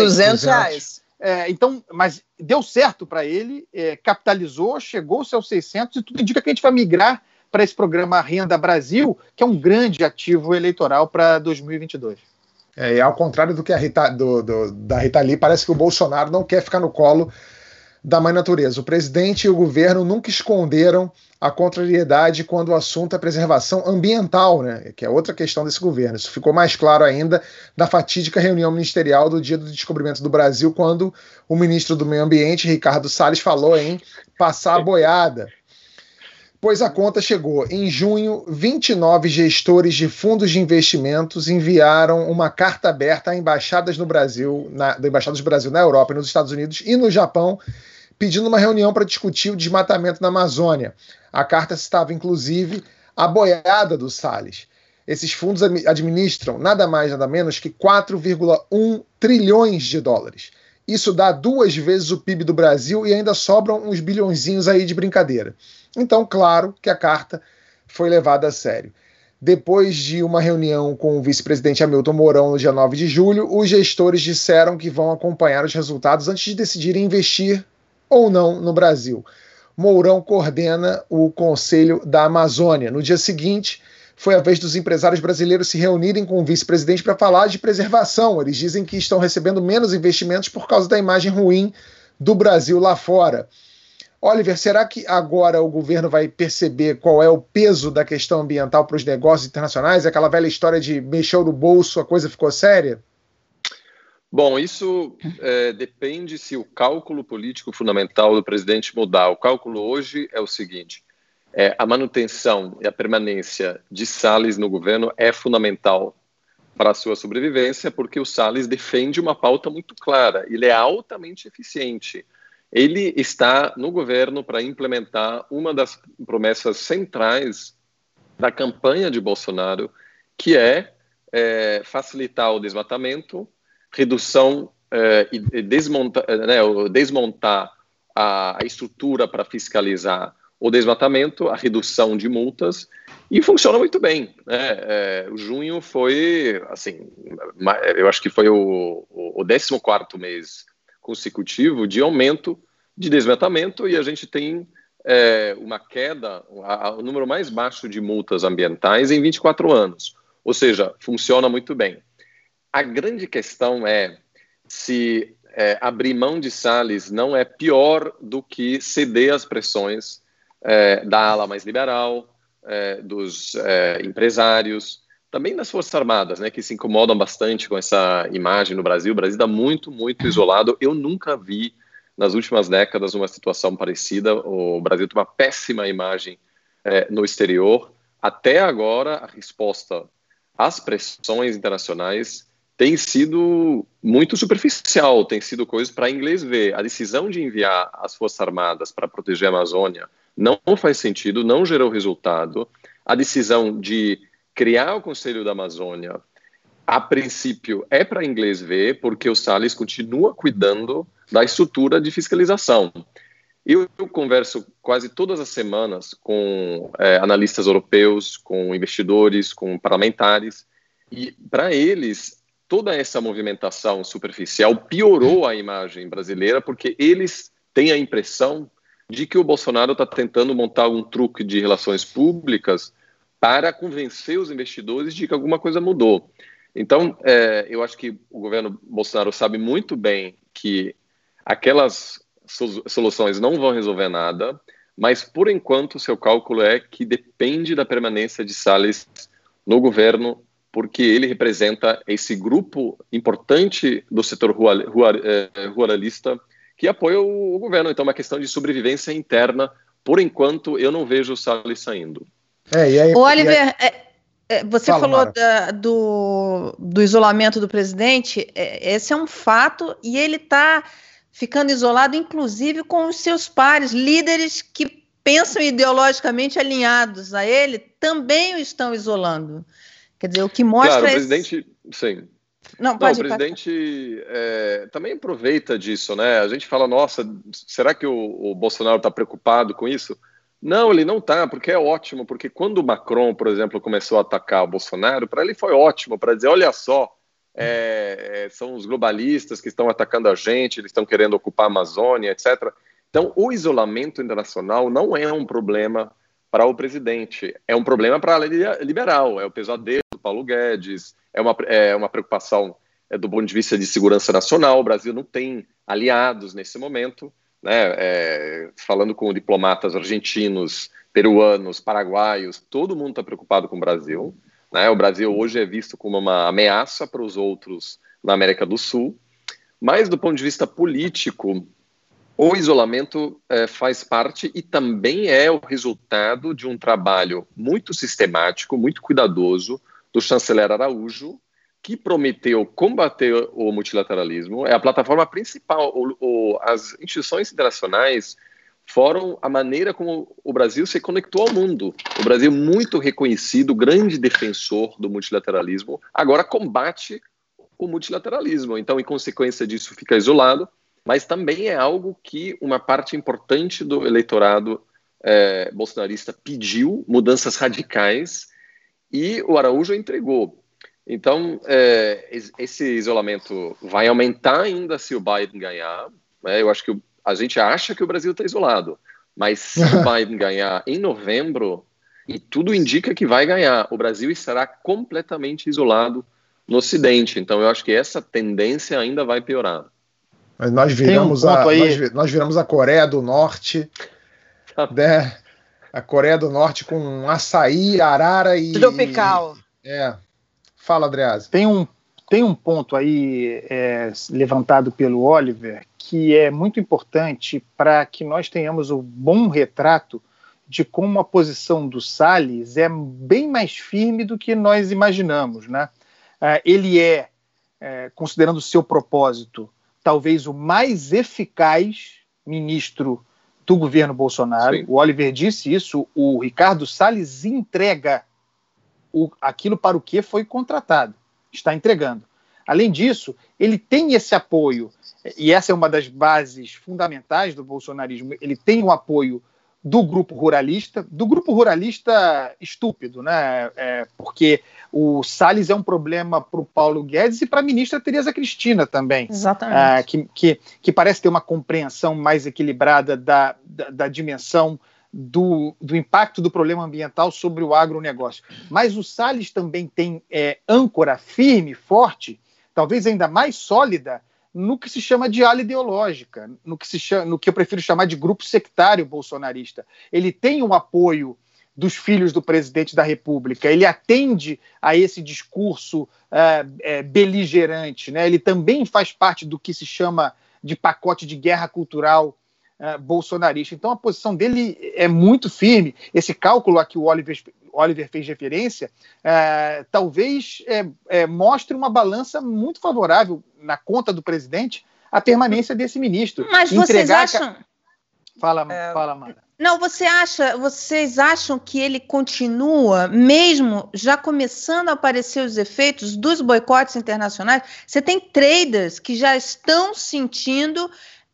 R$200. Então, mas deu certo para ele, capitalizou, chegou-se aos 600, e tudo indica que a gente vai migrar para esse programa Renda Brasil, que é um grande ativo eleitoral para 2022. E ao contrário do que da Rita Lee, parece que o Bolsonaro não quer ficar no colo da mãe natureza. O presidente e o governo nunca esconderam a contrariedade quando o assunto é preservação ambiental, né? Que é outra questão desse governo. Isso ficou mais claro ainda na fatídica reunião ministerial do dia do descobrimento do Brasil, quando o ministro do Meio Ambiente, Ricardo Salles, falou em passar a boiada. Pois a conta chegou. Em junho, 29 gestores de fundos de investimentos enviaram uma carta aberta a embaixadas do Brasil na Europa, nos Estados Unidos e no Japão, pedindo uma reunião para discutir o desmatamento na Amazônia. A carta citava, inclusive, a boiada do Salles. Esses fundos administram nada mais, nada menos que 4,1 trilhões de dólares. Isso dá 2 vezes o PIB do Brasil e ainda sobram uns bilhõezinhos aí de brincadeira. Então, claro que a carta foi levada a sério. Depois de uma reunião com o vice-presidente Hamilton Mourão no dia 9 de julho, os gestores disseram que vão acompanhar os resultados antes de decidirem investir ou não no Brasil. Mourão coordena o Conselho da Amazônia. No dia seguinte, foi a vez dos empresários brasileiros se reunirem com o vice-presidente para falar de preservação. Eles dizem que estão recebendo menos investimentos por causa da imagem ruim do Brasil lá fora. Oliver, será que agora o governo vai perceber qual é o peso da questão ambiental para os negócios internacionais? Aquela velha história de mexeu no bolso, a coisa ficou séria? Bom, isso depende se o cálculo político fundamental do presidente mudar. O cálculo hoje é o seguinte: a manutenção e a permanência de Salles no governo é fundamental para a sua sobrevivência, porque o Salles defende uma pauta muito clara, ele é altamente eficiente. Ele está no governo para implementar uma das promessas centrais da campanha de Bolsonaro, que é facilitar o desmatamento, redução e desmontar a estrutura para fiscalizar o desmatamento, a redução de multas, e funciona muito bem, né? O junho foi, assim, eu acho que foi o 14º mês consecutivo de aumento de desmatamento, e a gente tem uma queda, o número mais baixo de multas ambientais em 24 anos. Ou seja, funciona muito bem. A grande questão é se abrir mão de Salles não é pior do que ceder às pressões da ala mais liberal, dos empresários, também das Forças Armadas, né, que se incomodam bastante com essa imagem no Brasil. O Brasil está muito, muito isolado. Eu nunca vi, nas últimas décadas, uma situação parecida. O Brasil tem uma péssima imagem no exterior. Até agora, a resposta às pressões internacionais tem sido muito superficial, tem sido coisa para inglês ver. A decisão de enviar as Forças Armadas para proteger a Amazônia não faz sentido, não gerou resultado. A decisão de criar o Conselho da Amazônia, a princípio, é para inglês ver, porque o Salles continua cuidando da estrutura de fiscalização. Eu converso quase todas as semanas com analistas europeus, com investidores, com parlamentares, e para eles toda essa movimentação superficial piorou a imagem brasileira, porque eles têm a impressão de que o Bolsonaro está tentando montar um truque de relações públicas para convencer os investidores de que alguma coisa mudou. Então, eu acho que o governo Bolsonaro sabe muito bem que aquelas soluções não vão resolver nada, mas, por enquanto, o seu cálculo é que depende da permanência de Salles no governo, porque ele representa esse grupo importante do setor ruralista que apoia o governo. Então, é uma questão de sobrevivência interna. Por enquanto, eu não vejo o Salles saindo. Oliver, você falou do isolamento do presidente. Esse é um fato, e ele está ficando isolado, inclusive com os seus pares, líderes que pensam ideologicamente alinhados a ele, também o estão isolando. Quer dizer, o que mostra... Claro, o presidente... Sim. Não, o presidente também aproveita disso, né? A gente fala, nossa, será que o Bolsonaro está preocupado com isso? Não, ele não está, porque é ótimo, porque quando o Macron, por exemplo, começou a atacar o Bolsonaro, para ele foi ótimo, para dizer, olha só, são os globalistas que estão atacando a gente, eles estão querendo ocupar a Amazônia, etc. Então, o isolamento internacional não é um problema para o presidente, é um problema para a lei liberal, é o pesadelo do Paulo Guedes, é uma preocupação do ponto de vista de segurança nacional. O Brasil não tem aliados nesse momento, né? Falando com diplomatas argentinos, peruanos, paraguaios, todo mundo está preocupado com o Brasil, né? O Brasil hoje é visto como uma ameaça para os outros na América do Sul, mas do ponto de vista político, o isolamento faz parte e também é o resultado de um trabalho muito sistemático, muito cuidadoso do chanceler Araújo, que prometeu combater o multilateralismo. É a plataforma principal. As instituições internacionais foram a maneira como o Brasil se conectou ao mundo. O Brasil, muito reconhecido, grande defensor do multilateralismo, agora combate o multilateralismo. Então, em consequência disso, fica isolado, mas também é algo que uma parte importante do eleitorado bolsonarista pediu, mudanças radicais, e o Araújo entregou. Então, esse isolamento vai aumentar ainda se o Biden ganhar, né? Eu acho que a gente acha que o Brasil está isolado, mas se o Biden ganhar em novembro, e tudo indica que vai ganhar, o Brasil estará completamente isolado no Ocidente. Então, eu acho que essa tendência ainda vai piorar. Mas nós viramos, nós viramos a Coreia do Norte, né? A Coreia do Norte com açaí, arara e... tropical. Fala, Andreasa. Tem tem um ponto aí levantado pelo Oliver que é muito importante para que nós tenhamos um bom retrato de como a posição do Salles é bem mais firme do que nós imaginamos, né? Ele considerando o seu propósito, talvez o mais eficaz ministro do governo Bolsonaro. Sim. O Oliver disse isso, o Ricardo Salles entrega aquilo para o que foi contratado, está entregando. Além disso, ele tem esse apoio, e essa é uma das bases fundamentais do bolsonarismo, ele tem o apoio do grupo ruralista estúpido, né? Porque o Salles é um problema para o Paulo Guedes e para a ministra Tereza Cristina também. Exatamente. Que parece ter uma compreensão mais equilibrada da dimensão do impacto do problema ambiental sobre o agronegócio. Mas o Salles também tem âncora firme, forte, talvez ainda mais sólida, no que se chama de ala ideológica, no que eu prefiro chamar de grupo sectário bolsonarista. Ele tem um apoio dos filhos do presidente da República, ele atende a esse discurso beligerante, né? Ele também faz parte do que se chama de pacote de guerra cultural bolsonarista. Então a posição dele é muito firme. Esse cálculo a que o Oliver fez referência, talvez mostre uma balança muito favorável na conta do presidente a permanência desse ministro. Mas vocês acham... Fala, Mara. Não, vocês acham que ele continua, mesmo já começando a aparecer os efeitos dos boicotes internacionais? Você tem traders que já estão sentindo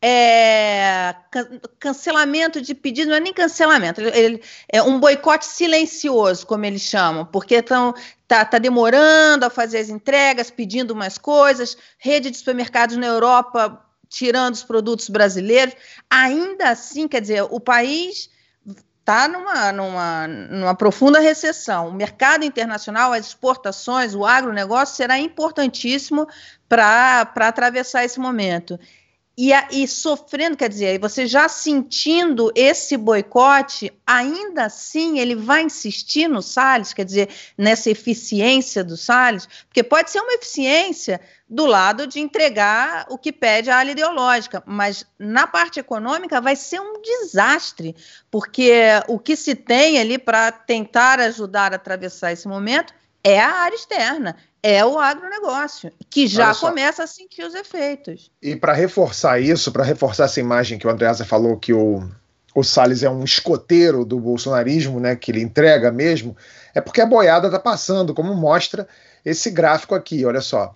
cancelamento de pedido, não é nem cancelamento, é um boicote silencioso, como eles chamam, porque tá demorando a fazer as entregas, pedindo mais coisas, rede de supermercados na Europa tirando os produtos brasileiros. Ainda assim, quer dizer, o país está numa profunda recessão. O mercado internacional, as exportações, o agronegócio será importantíssimo para atravessar esse momento. E sofrendo, quer dizer, você já sentindo esse boicote, ainda assim ele vai insistir no Salles, quer dizer, nessa eficiência do Salles, porque pode ser uma eficiência do lado de entregar o que pede a ala ideológica, mas na parte econômica vai ser um desastre, porque o que se tem ali para tentar ajudar a atravessar esse momento é a área externa, é o agronegócio, que já começa a sentir os efeitos. E para reforçar isso, para reforçar essa imagem que o Andreasa falou, que o Salles é um escoteiro do bolsonarismo, né, que ele entrega mesmo, é porque a boiada está passando, como mostra esse gráfico aqui, olha só.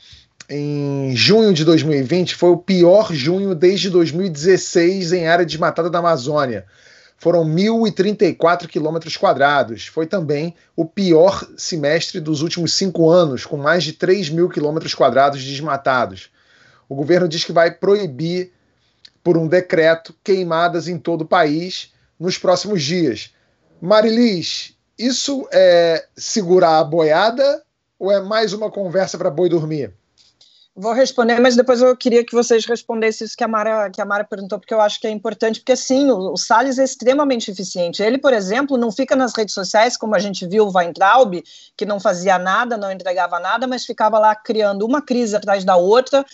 Em junho de 2020 foi o pior junho desde 2016 em área desmatada da Amazônia. Foram 1.034 quilômetros quadrados. Foi também o pior semestre dos últimos 5 anos, com mais de 3.000 quilômetros quadrados desmatados. O governo diz que vai proibir, por um decreto, queimadas em todo o país nos próximos dias. Marilis, isso é segurar a boiada ou é mais uma conversa para boi dormir? Vou responder, mas depois eu queria que vocês respondessem isso que a Mara perguntou, porque eu acho que é importante, porque sim, o Salles é extremamente eficiente. Ele, por exemplo, não fica nas redes sociais, como a gente viu o Weintraub, que não fazia nada, não entregava nada, mas ficava lá criando uma crise atrás da outra.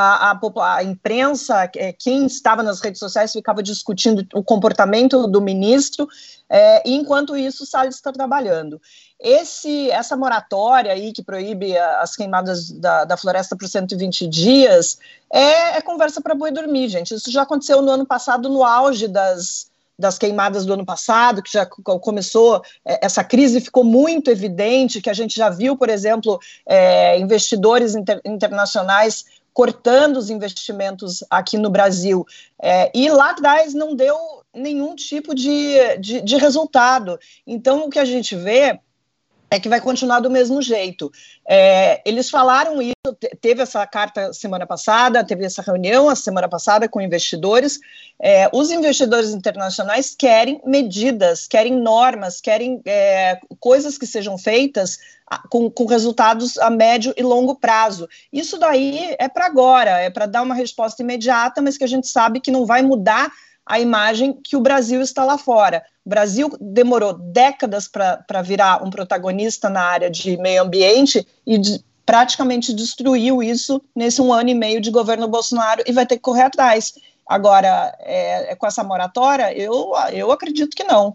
A imprensa, quem estava nas redes sociais, ficava discutindo o comportamento do ministro, e enquanto isso o Salles está trabalhando. Essa moratória aí que proíbe as queimadas da floresta por 120 dias é conversa para boi dormir, gente. Isso já aconteceu no ano passado, no auge das queimadas do ano passado, que já começou, essa crise ficou muito evidente, que a gente já viu, por exemplo, investidores internacionais cortando os investimentos aqui no Brasil, e lá atrás não deu nenhum tipo de resultado. Então, o que a gente vê é que vai continuar do mesmo jeito. Eles falaram isso, teve essa carta semana passada, teve essa reunião a semana passada com investidores. Os investidores internacionais querem medidas, querem normas, querem coisas que sejam feitas com resultados a médio e longo prazo. Isso daí é para agora, é para dar uma resposta imediata, mas que a gente sabe que não vai mudar a imagem que o Brasil está lá fora. O Brasil demorou décadas para virar um protagonista na área de meio ambiente e praticamente destruiu isso nesse 1 ano e meio de governo Bolsonaro e vai ter que correr atrás. Agora, com essa moratória, eu acredito que não.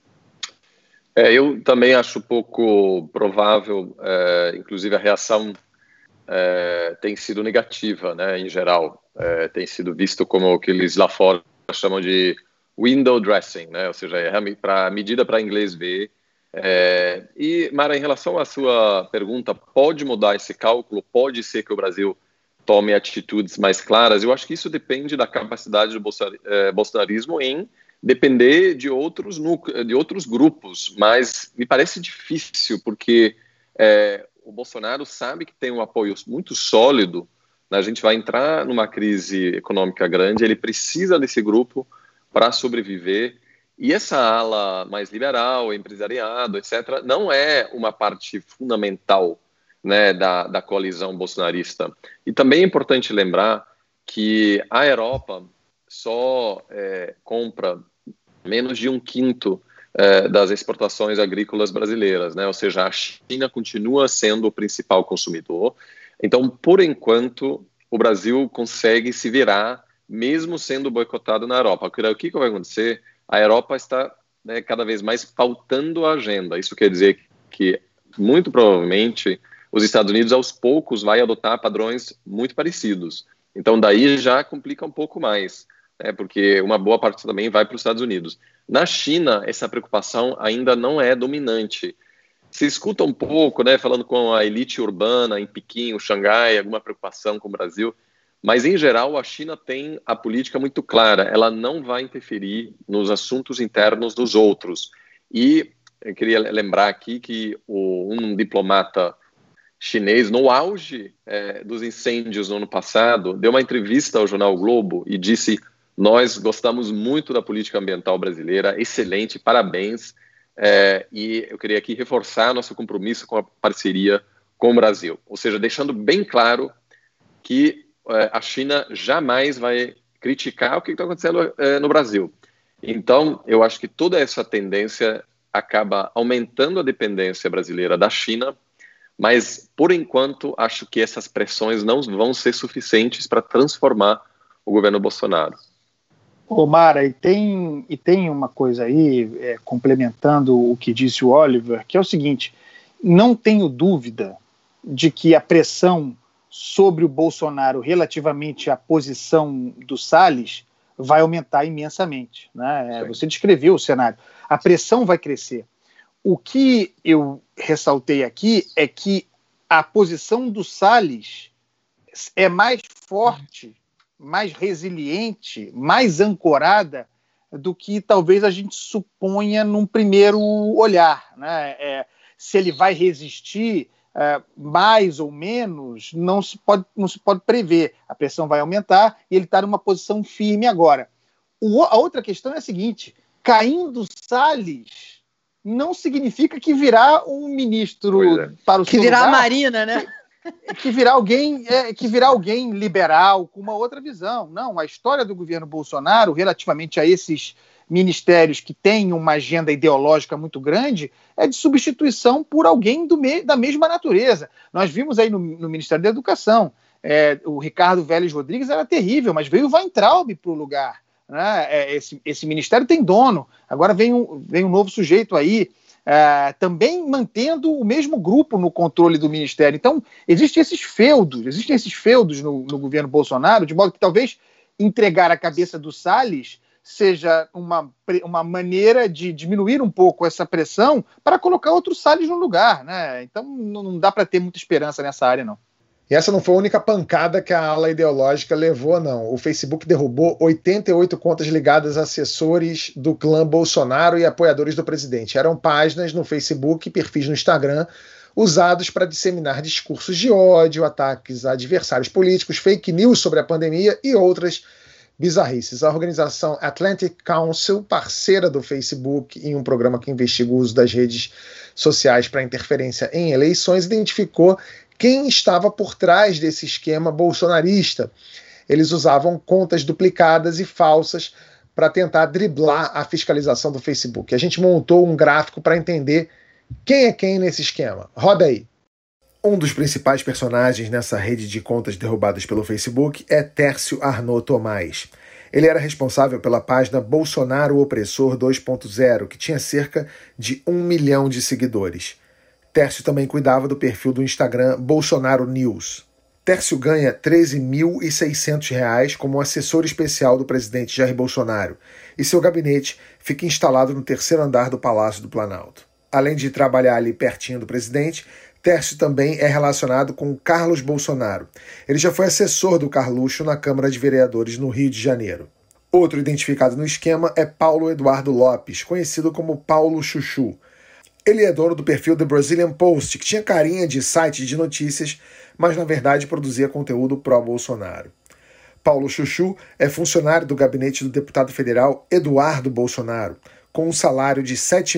Eu também acho pouco provável, inclusive a reação tem sido negativa, né, em geral. Tem sido visto como o que eles lá fora chamam de window dressing, né, ou seja, para medida para inglês ver. E, Mara, em relação à sua pergunta, pode mudar esse cálculo? Pode ser que o Brasil tome atitudes mais claras? Eu acho que isso depende da capacidade do bolsonarismo em depender de outros grupos, mas me parece difícil, porque o Bolsonaro sabe que tem um apoio muito sólido, né? A gente vai entrar numa crise econômica grande, ele precisa desse grupo para sobreviver, e essa ala mais liberal, empresariado, etc., não é uma parte fundamental, né, da coalizão bolsonarista. E também é importante lembrar que a Europa só compra menos de 1/5 das exportações agrícolas brasileiras, né? Ou seja, a China continua sendo o principal consumidor. Então, por enquanto, o Brasil consegue se virar, mesmo sendo boicotado na Europa. O que vai acontecer? A Europa está, né, cada vez mais pautando a agenda. Isso quer dizer que, muito provavelmente, os Estados Unidos, aos poucos, vai adotar padrões muito parecidos. Então, daí já complica um pouco mais, porque uma boa parte também vai para os Estados Unidos. Na China, essa preocupação ainda não é dominante. Se escuta um pouco, né, falando com a elite urbana em Pequim, Xangai, alguma preocupação com o Brasil, mas, em geral, a China tem a política muito clara, ela não vai interferir nos assuntos internos dos outros. E eu queria lembrar aqui que um diplomata chinês, no auge dos incêndios no ano passado, deu uma entrevista ao jornal Globo e disse: nós gostamos muito da política ambiental brasileira, excelente, parabéns, e eu queria aqui reforçar nosso compromisso com a parceria com o Brasil. Ou seja, deixando bem claro que a China jamais vai criticar o que está acontecendo no Brasil. Então, eu acho que toda essa tendência acaba aumentando a dependência brasileira da China, mas, por enquanto, acho que essas pressões não vão ser suficientes para transformar o governo Bolsonaro. Mara, e tem uma coisa aí, complementando o que disse o Oliver, que é o seguinte: não tenho dúvida de que a pressão sobre o Bolsonaro relativamente à posição do Salles vai aumentar imensamente, né? Você descreveu o cenário. A pressão vai crescer. O que eu ressaltei aqui é que a posição do Salles é mais forte, mais resiliente, mais ancorada do que talvez a gente suponha num primeiro olhar, né? Se ele vai resistir mais ou menos, não se pode prever. A pressão vai aumentar e ele está numa posição firme agora. A outra questão é a seguinte: caindo Salles não significa que virá um ministro para o seu lugar. Que virá a Marina, né? Que virá alguém liberal com uma outra visão. Não, a história do governo Bolsonaro relativamente a esses ministérios que têm uma agenda ideológica muito grande é de substituição por alguém da mesma natureza. Nós vimos aí no Ministério da Educação, o Ricardo Vélez Rodrigues era terrível, mas veio o Weintraub para o lugar, né? Esse ministério tem dono, agora vem um novo sujeito aí, também mantendo o mesmo grupo no controle do ministério. Então, existem esses feudos no governo Bolsonaro, de modo que talvez entregar a cabeça do Salles seja uma maneira de diminuir um pouco essa pressão para colocar outro Salles no lugar, né? Então, não dá para ter muita esperança nessa área, não. E essa não foi a única pancada que a ala ideológica levou, não. O Facebook derrubou 88 contas ligadas a assessores do clã Bolsonaro e apoiadores do presidente. Eram páginas no Facebook e perfis no Instagram usados para disseminar discursos de ódio, ataques a adversários políticos, fake news sobre a pandemia e outras bizarrices. A organização Atlantic Council, parceira do Facebook em um programa que investiga o uso das redes sociais para interferência em eleições, identificou quem estava por trás desse esquema bolsonarista. Eles usavam contas duplicadas e falsas para tentar driblar a fiscalização do Facebook. A gente montou um gráfico para entender quem é quem nesse esquema. Roda aí. Um dos principais personagens nessa rede de contas derrubadas pelo Facebook é Tércio Arnaud Tomás. Ele era responsável pela página Bolsonaro Opressor 2.0, que tinha cerca de 1 milhão de seguidores. Tércio também cuidava do perfil do Instagram Bolsonaro News. Tércio ganha R$ 13.600 como assessor especial do presidente Jair Bolsonaro, e seu gabinete fica instalado no 3º andar do Palácio do Planalto. Além de trabalhar ali pertinho do presidente, Tércio também é relacionado com Carlos Bolsonaro. Ele já foi assessor do Carluxo na Câmara de Vereadores no Rio de Janeiro. Outro identificado no esquema é Paulo Eduardo Lopes, conhecido como Paulo Chuchu. Ele é dono do perfil The Brazilian Post, que tinha carinha de site de notícias, mas na verdade produzia conteúdo pró-Bolsonaro. Paulo Chuchu é funcionário do gabinete do deputado federal Eduardo Bolsonaro, com um salário de R$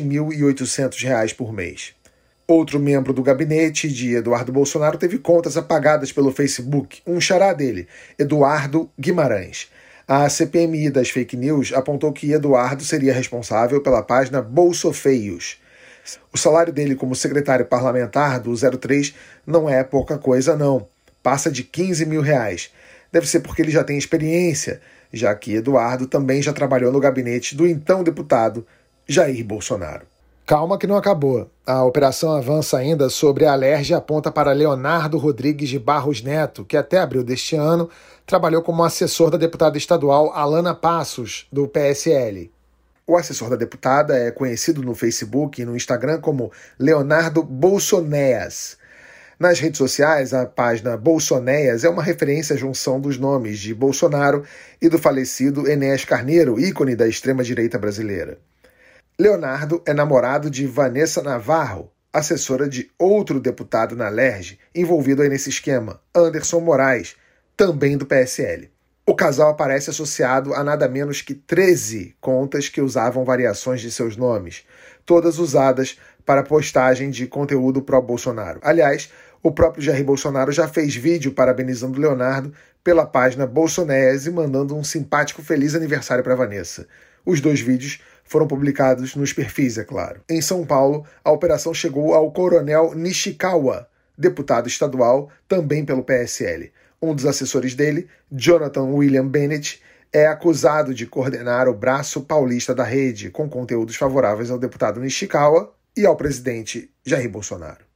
7.800 por mês. Outro membro do gabinete de Eduardo Bolsonaro teve contas apagadas pelo Facebook, um xará dele, Eduardo Guimarães. A CPMI das fake news apontou que Eduardo seria responsável pela página Bolsofeios. O salário dele como secretário parlamentar do 03 não é pouca coisa não, passa de R$ 15 mil. Deve ser porque ele já tem experiência, já que Eduardo também já trabalhou no gabinete do então deputado Jair Bolsonaro. Calma que não acabou. A operação avança ainda sobre a Alerj e aponta para Leonardo Rodrigues de Barros Neto, que até abril deste ano trabalhou como assessor da deputada estadual Alana Passos, do PSL. O assessor da deputada é conhecido no Facebook e no Instagram como Leonardo Bolsonéas. Nas redes sociais, a página Bolsonéas é uma referência à junção dos nomes de Bolsonaro e do falecido Enéas Carneiro, ícone da extrema-direita brasileira. Leonardo é namorado de Vanessa Navarro, assessora de outro deputado na Alerj, envolvido aí nesse esquema, Anderson Moraes, também do PSL. O casal aparece associado a nada menos que 13 contas que usavam variações de seus nomes, todas usadas para postagem de conteúdo pró-Bolsonaro. Aliás, o próprio Jair Bolsonaro já fez vídeo parabenizando Leonardo pela página Bolsonéas e mandando um simpático feliz aniversário para Vanessa. Os 2 vídeos foram publicados nos perfis, é claro. Em São Paulo, a operação chegou ao coronel Nishikawa, deputado estadual, também pelo PSL. Um dos assessores dele, Jonathan William Bennett, é acusado de coordenar o braço paulista da rede, com conteúdos favoráveis ao deputado Nishikawa e ao presidente Jair Bolsonaro.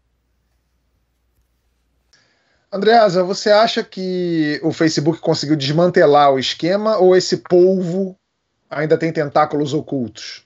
Andreasa, você acha que o Facebook conseguiu desmantelar o esquema ou esse polvo ainda tem tentáculos ocultos?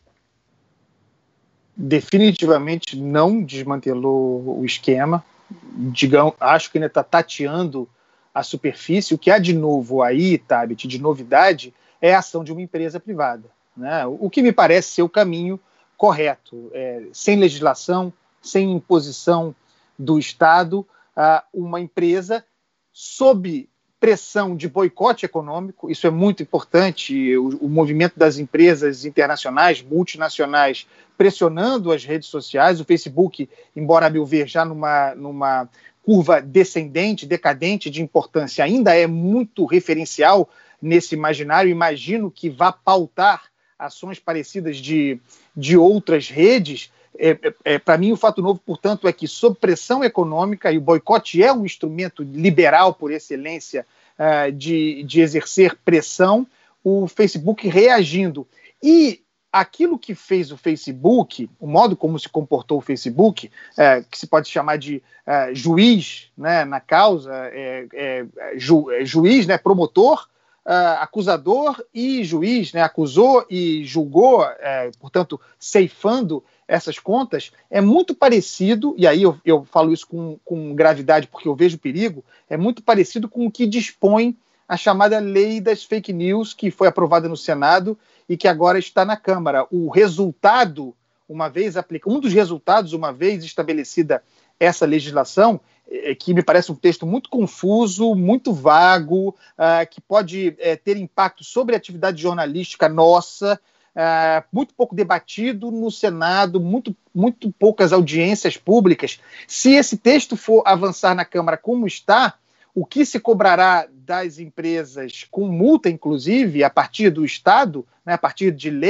Definitivamente não desmantelou o esquema. Acho que ainda está tateando a superfície. O que há de novo aí, Tabet, de novidade, é a ação de uma empresa privada, né? O que me parece ser o caminho correto. Sem legislação, sem imposição do Estado, uma empresa sob pressão de boicote econômico. Isso é muito importante, o movimento das empresas internacionais, multinacionais, pressionando as redes sociais. O Facebook, embora, a meu ver, já numa curva descendente, decadente de importância, ainda é muito referencial nesse imaginário. Imagino que vá pautar ações parecidas de outras redes. Para mim, o fato novo, portanto, é que, sob pressão econômica, e o boicote é um instrumento liberal por excelência de exercer pressão, o Facebook reagindo. E aquilo que fez o Facebook, o modo como se comportou o Facebook, que se pode chamar de juiz, né, na causa, juiz, né, promotor, acusador e juiz, né, acusou e julgou, portanto, ceifando essas contas, é muito parecido, e aí eu falo isso com gravidade porque eu vejo perigo, é muito parecido com o que dispõe a chamada lei das fake news, que foi aprovada no Senado e que agora está na Câmara. O resultado, um dos resultados, uma vez estabelecida essa legislação, que me parece um texto muito confuso, muito vago, que pode ter impacto sobre a atividade jornalística nossa, muito pouco debatido no Senado, muito poucas audiências públicas. Se esse texto for avançar na Câmara como está, o que se cobrará das empresas com multa, inclusive, a partir do Estado, né, a partir de lei,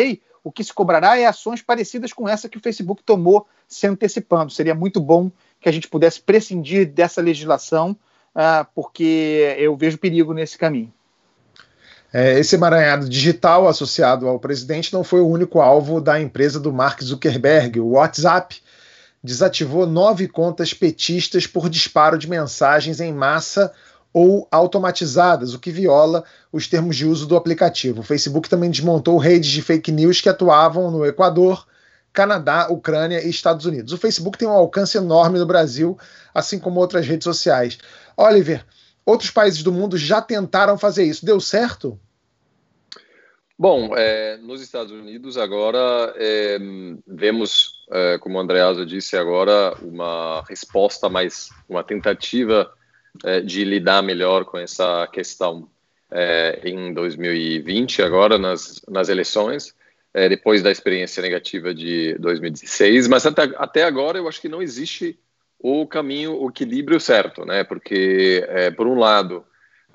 o que se cobrará é ações parecidas com essa que o Facebook tomou se antecipando. Seria muito bom que a gente pudesse prescindir dessa legislação, porque eu vejo perigo nesse caminho. Esse emaranhado digital associado ao presidente não foi o único alvo da empresa do Mark Zuckerberg. O WhatsApp desativou 9 contas petistas por disparo de mensagens em massa ou automatizadas, o que viola os termos de uso do aplicativo. O Facebook também desmontou redes de fake news que atuavam no Equador, Canadá, Ucrânia e Estados Unidos. O Facebook tem um alcance enorme no Brasil, assim como outras redes sociais. Oliver, outros países do mundo já tentaram fazer isso. Deu certo? Bom, nos Estados Unidos agora vemos, como o Andreasa disse agora, uma resposta mais, uma tentativa de lidar melhor com essa questão em 2020, agora nas eleições, depois da experiência negativa de 2016, mas até agora eu acho que não existe o caminho, o equilíbrio certo, né? Porque, por um lado,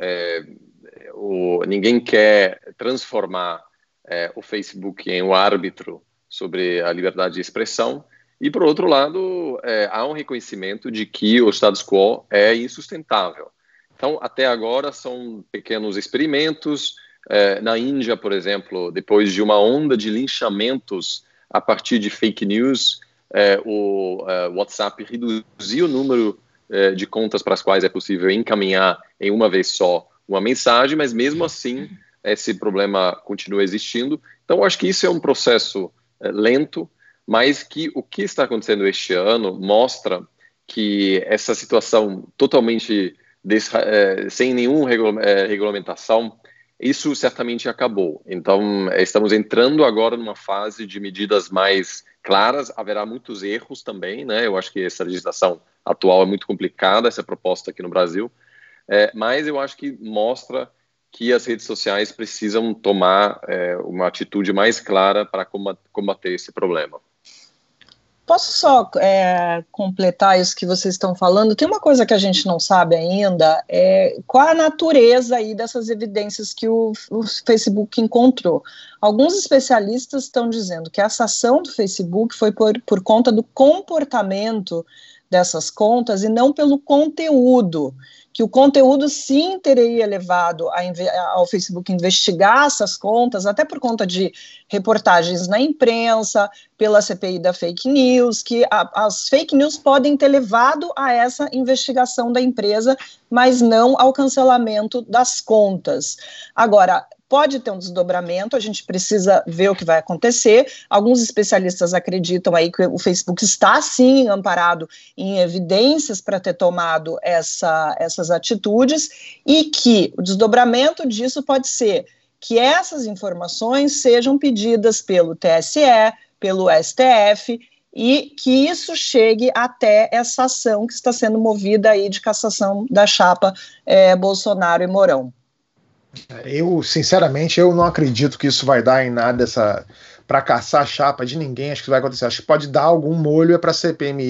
ninguém quer transformar o Facebook em um árbitro sobre a liberdade de expressão, e, por outro lado, há um reconhecimento de que o status quo é insustentável. Então, até agora, são pequenos experimentos. Na Índia, por exemplo, depois de uma onda de linchamentos a partir de fake news, o WhatsApp reduziu o número de contas para as quais é possível encaminhar em uma vez só uma mensagem, mas mesmo assim esse problema continua existindo. Então, eu acho que isso é um processo lento, mas que o que está acontecendo este ano mostra que essa situação totalmente sem nenhuma regulamentação, isso certamente acabou. Então, estamos entrando agora numa fase de medidas mais claras. Haverá muitos erros também, né? Eu acho que essa legislação atual é muito complicada, essa proposta aqui no Brasil, mas eu acho que mostra que as redes sociais precisam tomar uma atitude mais clara para combater esse problema. Posso só completar isso que vocês estão falando? Tem uma coisa que a gente não sabe ainda, qual a natureza aí dessas evidências que o Facebook encontrou. Alguns especialistas estão dizendo que essa ação do Facebook foi por conta do comportamento dessas contas e não pelo conteúdo, que o conteúdo sim teria levado ao Facebook investigar essas contas, até por conta de reportagens na imprensa, pela CPI da fake news, que as fake news podem ter levado a essa investigação da empresa, mas não ao cancelamento das contas. Agora, pode ter um desdobramento, a gente precisa ver o que vai acontecer. Alguns especialistas acreditam aí que o Facebook está, sim, amparado em evidências para ter tomado essas atitudes, e que o desdobramento disso pode ser que essas informações sejam pedidas pelo TSE, pelo STF, e que isso chegue até essa ação que está sendo movida aí de cassação da chapa Bolsonaro e Mourão. Eu, sinceramente, eu não acredito que isso vai dar em nada para caçar a chapa de ninguém. Acho que vai acontecer. Acho que pode dar algum molho para a CPMI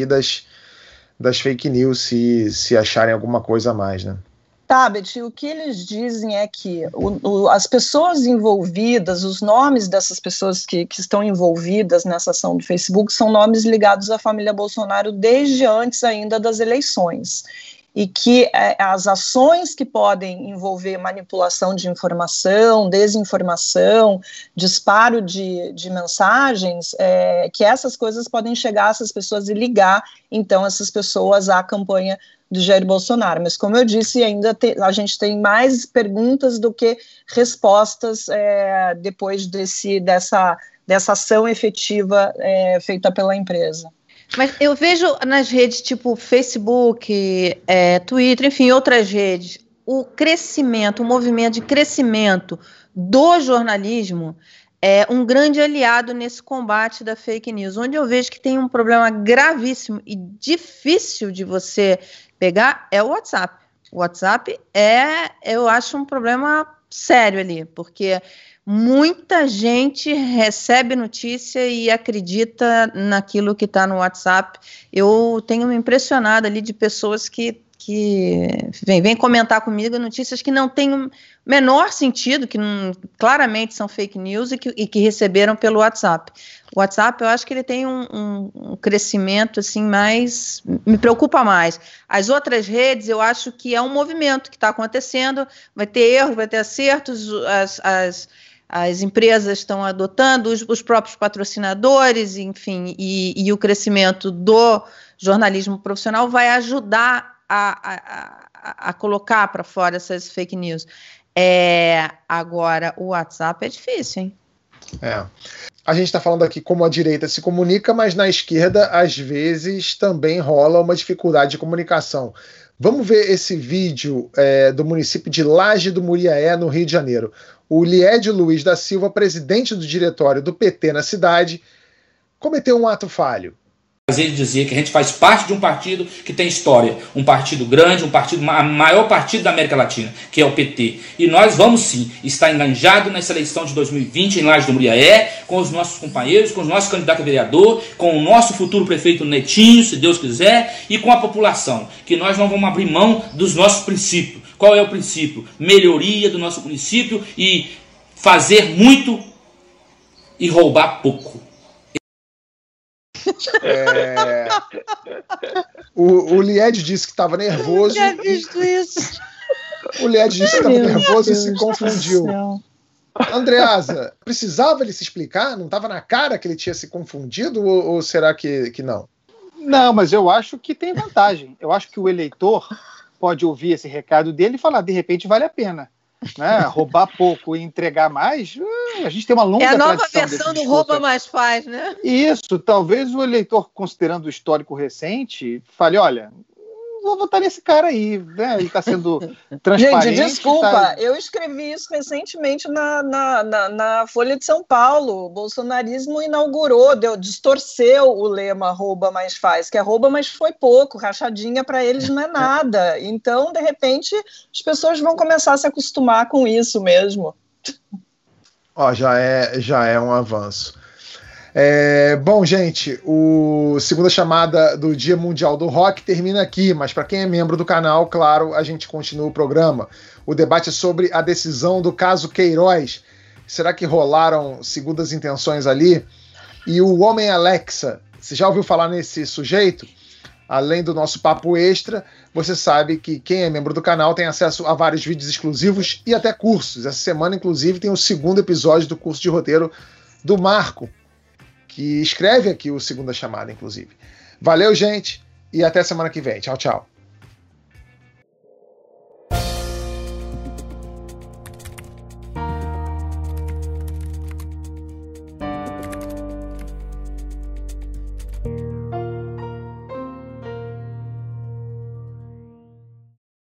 das fake news se acharem alguma coisa a mais, né? Tá, Betty, o que eles dizem é que as pessoas envolvidas, os nomes dessas pessoas que estão envolvidas nessa ação do Facebook são nomes ligados à família Bolsonaro desde antes ainda das eleições. E que as ações que podem envolver manipulação de informação, desinformação, disparo de mensagens, que essas coisas podem chegar a essas pessoas e ligar, então, essas pessoas à campanha do Jair Bolsonaro. Mas, como eu disse, ainda a gente tem mais perguntas do que respostas depois dessa ação efetiva feita pela empresa. Mas eu vejo nas redes tipo Facebook, Twitter, enfim, outras redes, o crescimento, o movimento de crescimento do jornalismo é um grande aliado nesse combate da fake news, onde eu vejo que tem um problema gravíssimo e difícil de você pegar é o WhatsApp. O WhatsApp eu acho um problema sério ali, porque muita gente recebe notícia e acredita naquilo que está no WhatsApp. Eu tenho me impressionado ali de pessoas que que vem comentar comigo notícias que não têm o menor sentido, que claramente são fake news e que receberam pelo WhatsApp. O WhatsApp, eu acho que ele tem um crescimento assim mais, me preocupa mais. As outras redes, eu acho que é um movimento que está acontecendo, vai ter erros, vai ter acertos, as empresas estão adotando, os próprios patrocinadores, enfim, e o crescimento do jornalismo profissional vai ajudar a colocar para fora essas fake news. Agora, o WhatsApp é difícil, hein? A gente está falando aqui como a direita se comunica, mas na esquerda, às vezes, também rola uma dificuldade de comunicação. Vamos ver esse vídeo do município de Laje do Muriaé, no Rio de Janeiro. O Liédio Luiz da Silva, presidente do diretório do PT na cidade, cometeu um ato falho. Ele dizia que a gente faz parte de um partido que tem história, um partido grande, a maior partido da América Latina, que é o PT. E nós vamos sim estar enganjados nessa eleição de 2020 em Laje do Muriaé, com os nossos companheiros, com os nossos candidatos a vereador, com o nosso futuro prefeito Netinho, se Deus quiser, e com a população, que nós não vamos abrir mão dos nossos princípios. Qual é o princípio? Melhoria do nosso município e fazer muito e roubar pouco. O Lied disse que estava nervoso. Eu tinha visto isso. O Lied disse que estava nervoso e se confundiu. Andreasa, precisava ele se explicar? Não estava na cara que ele tinha se confundido? Ou será que não? Não, mas eu acho que tem vantagem. Eu acho que o eleitor pode ouvir esse recado dele e falar, de repente vale a pena. Né? Roubar pouco e entregar mais, a gente tem uma longa tradição. É a nova versão do rouba mais faz, né? Isso, talvez o eleitor, considerando o histórico recente, fale, olha, vou votar nesse cara aí, né? Ele está sendo transparente. Gente, desculpa, eu escrevi isso recentemente na Folha de São Paulo. O bolsonarismo inaugurou, distorceu o lema rouba mais faz, que é rouba mais foi pouco, rachadinha para eles não é nada. Então, de repente, as pessoas vão começar a se acostumar com isso mesmo. Já é um avanço. Bom, gente, o Segunda Chamada do Dia Mundial do Rock termina aqui, mas para quem é membro do canal, claro, a gente continua o programa. O debate é sobre a decisão do caso Queiroz. Será que rolaram segundas intenções ali? E o Homem Alexa, você já ouviu falar nesse sujeito? Além do nosso papo extra, você sabe que quem é membro do canal tem acesso a vários vídeos exclusivos e até cursos. Essa semana, inclusive, tem o 2º episódio do curso de roteiro do Marco, que escreve aqui o Segunda Chamada, inclusive. Valeu, gente, e até semana que vem. Tchau, tchau.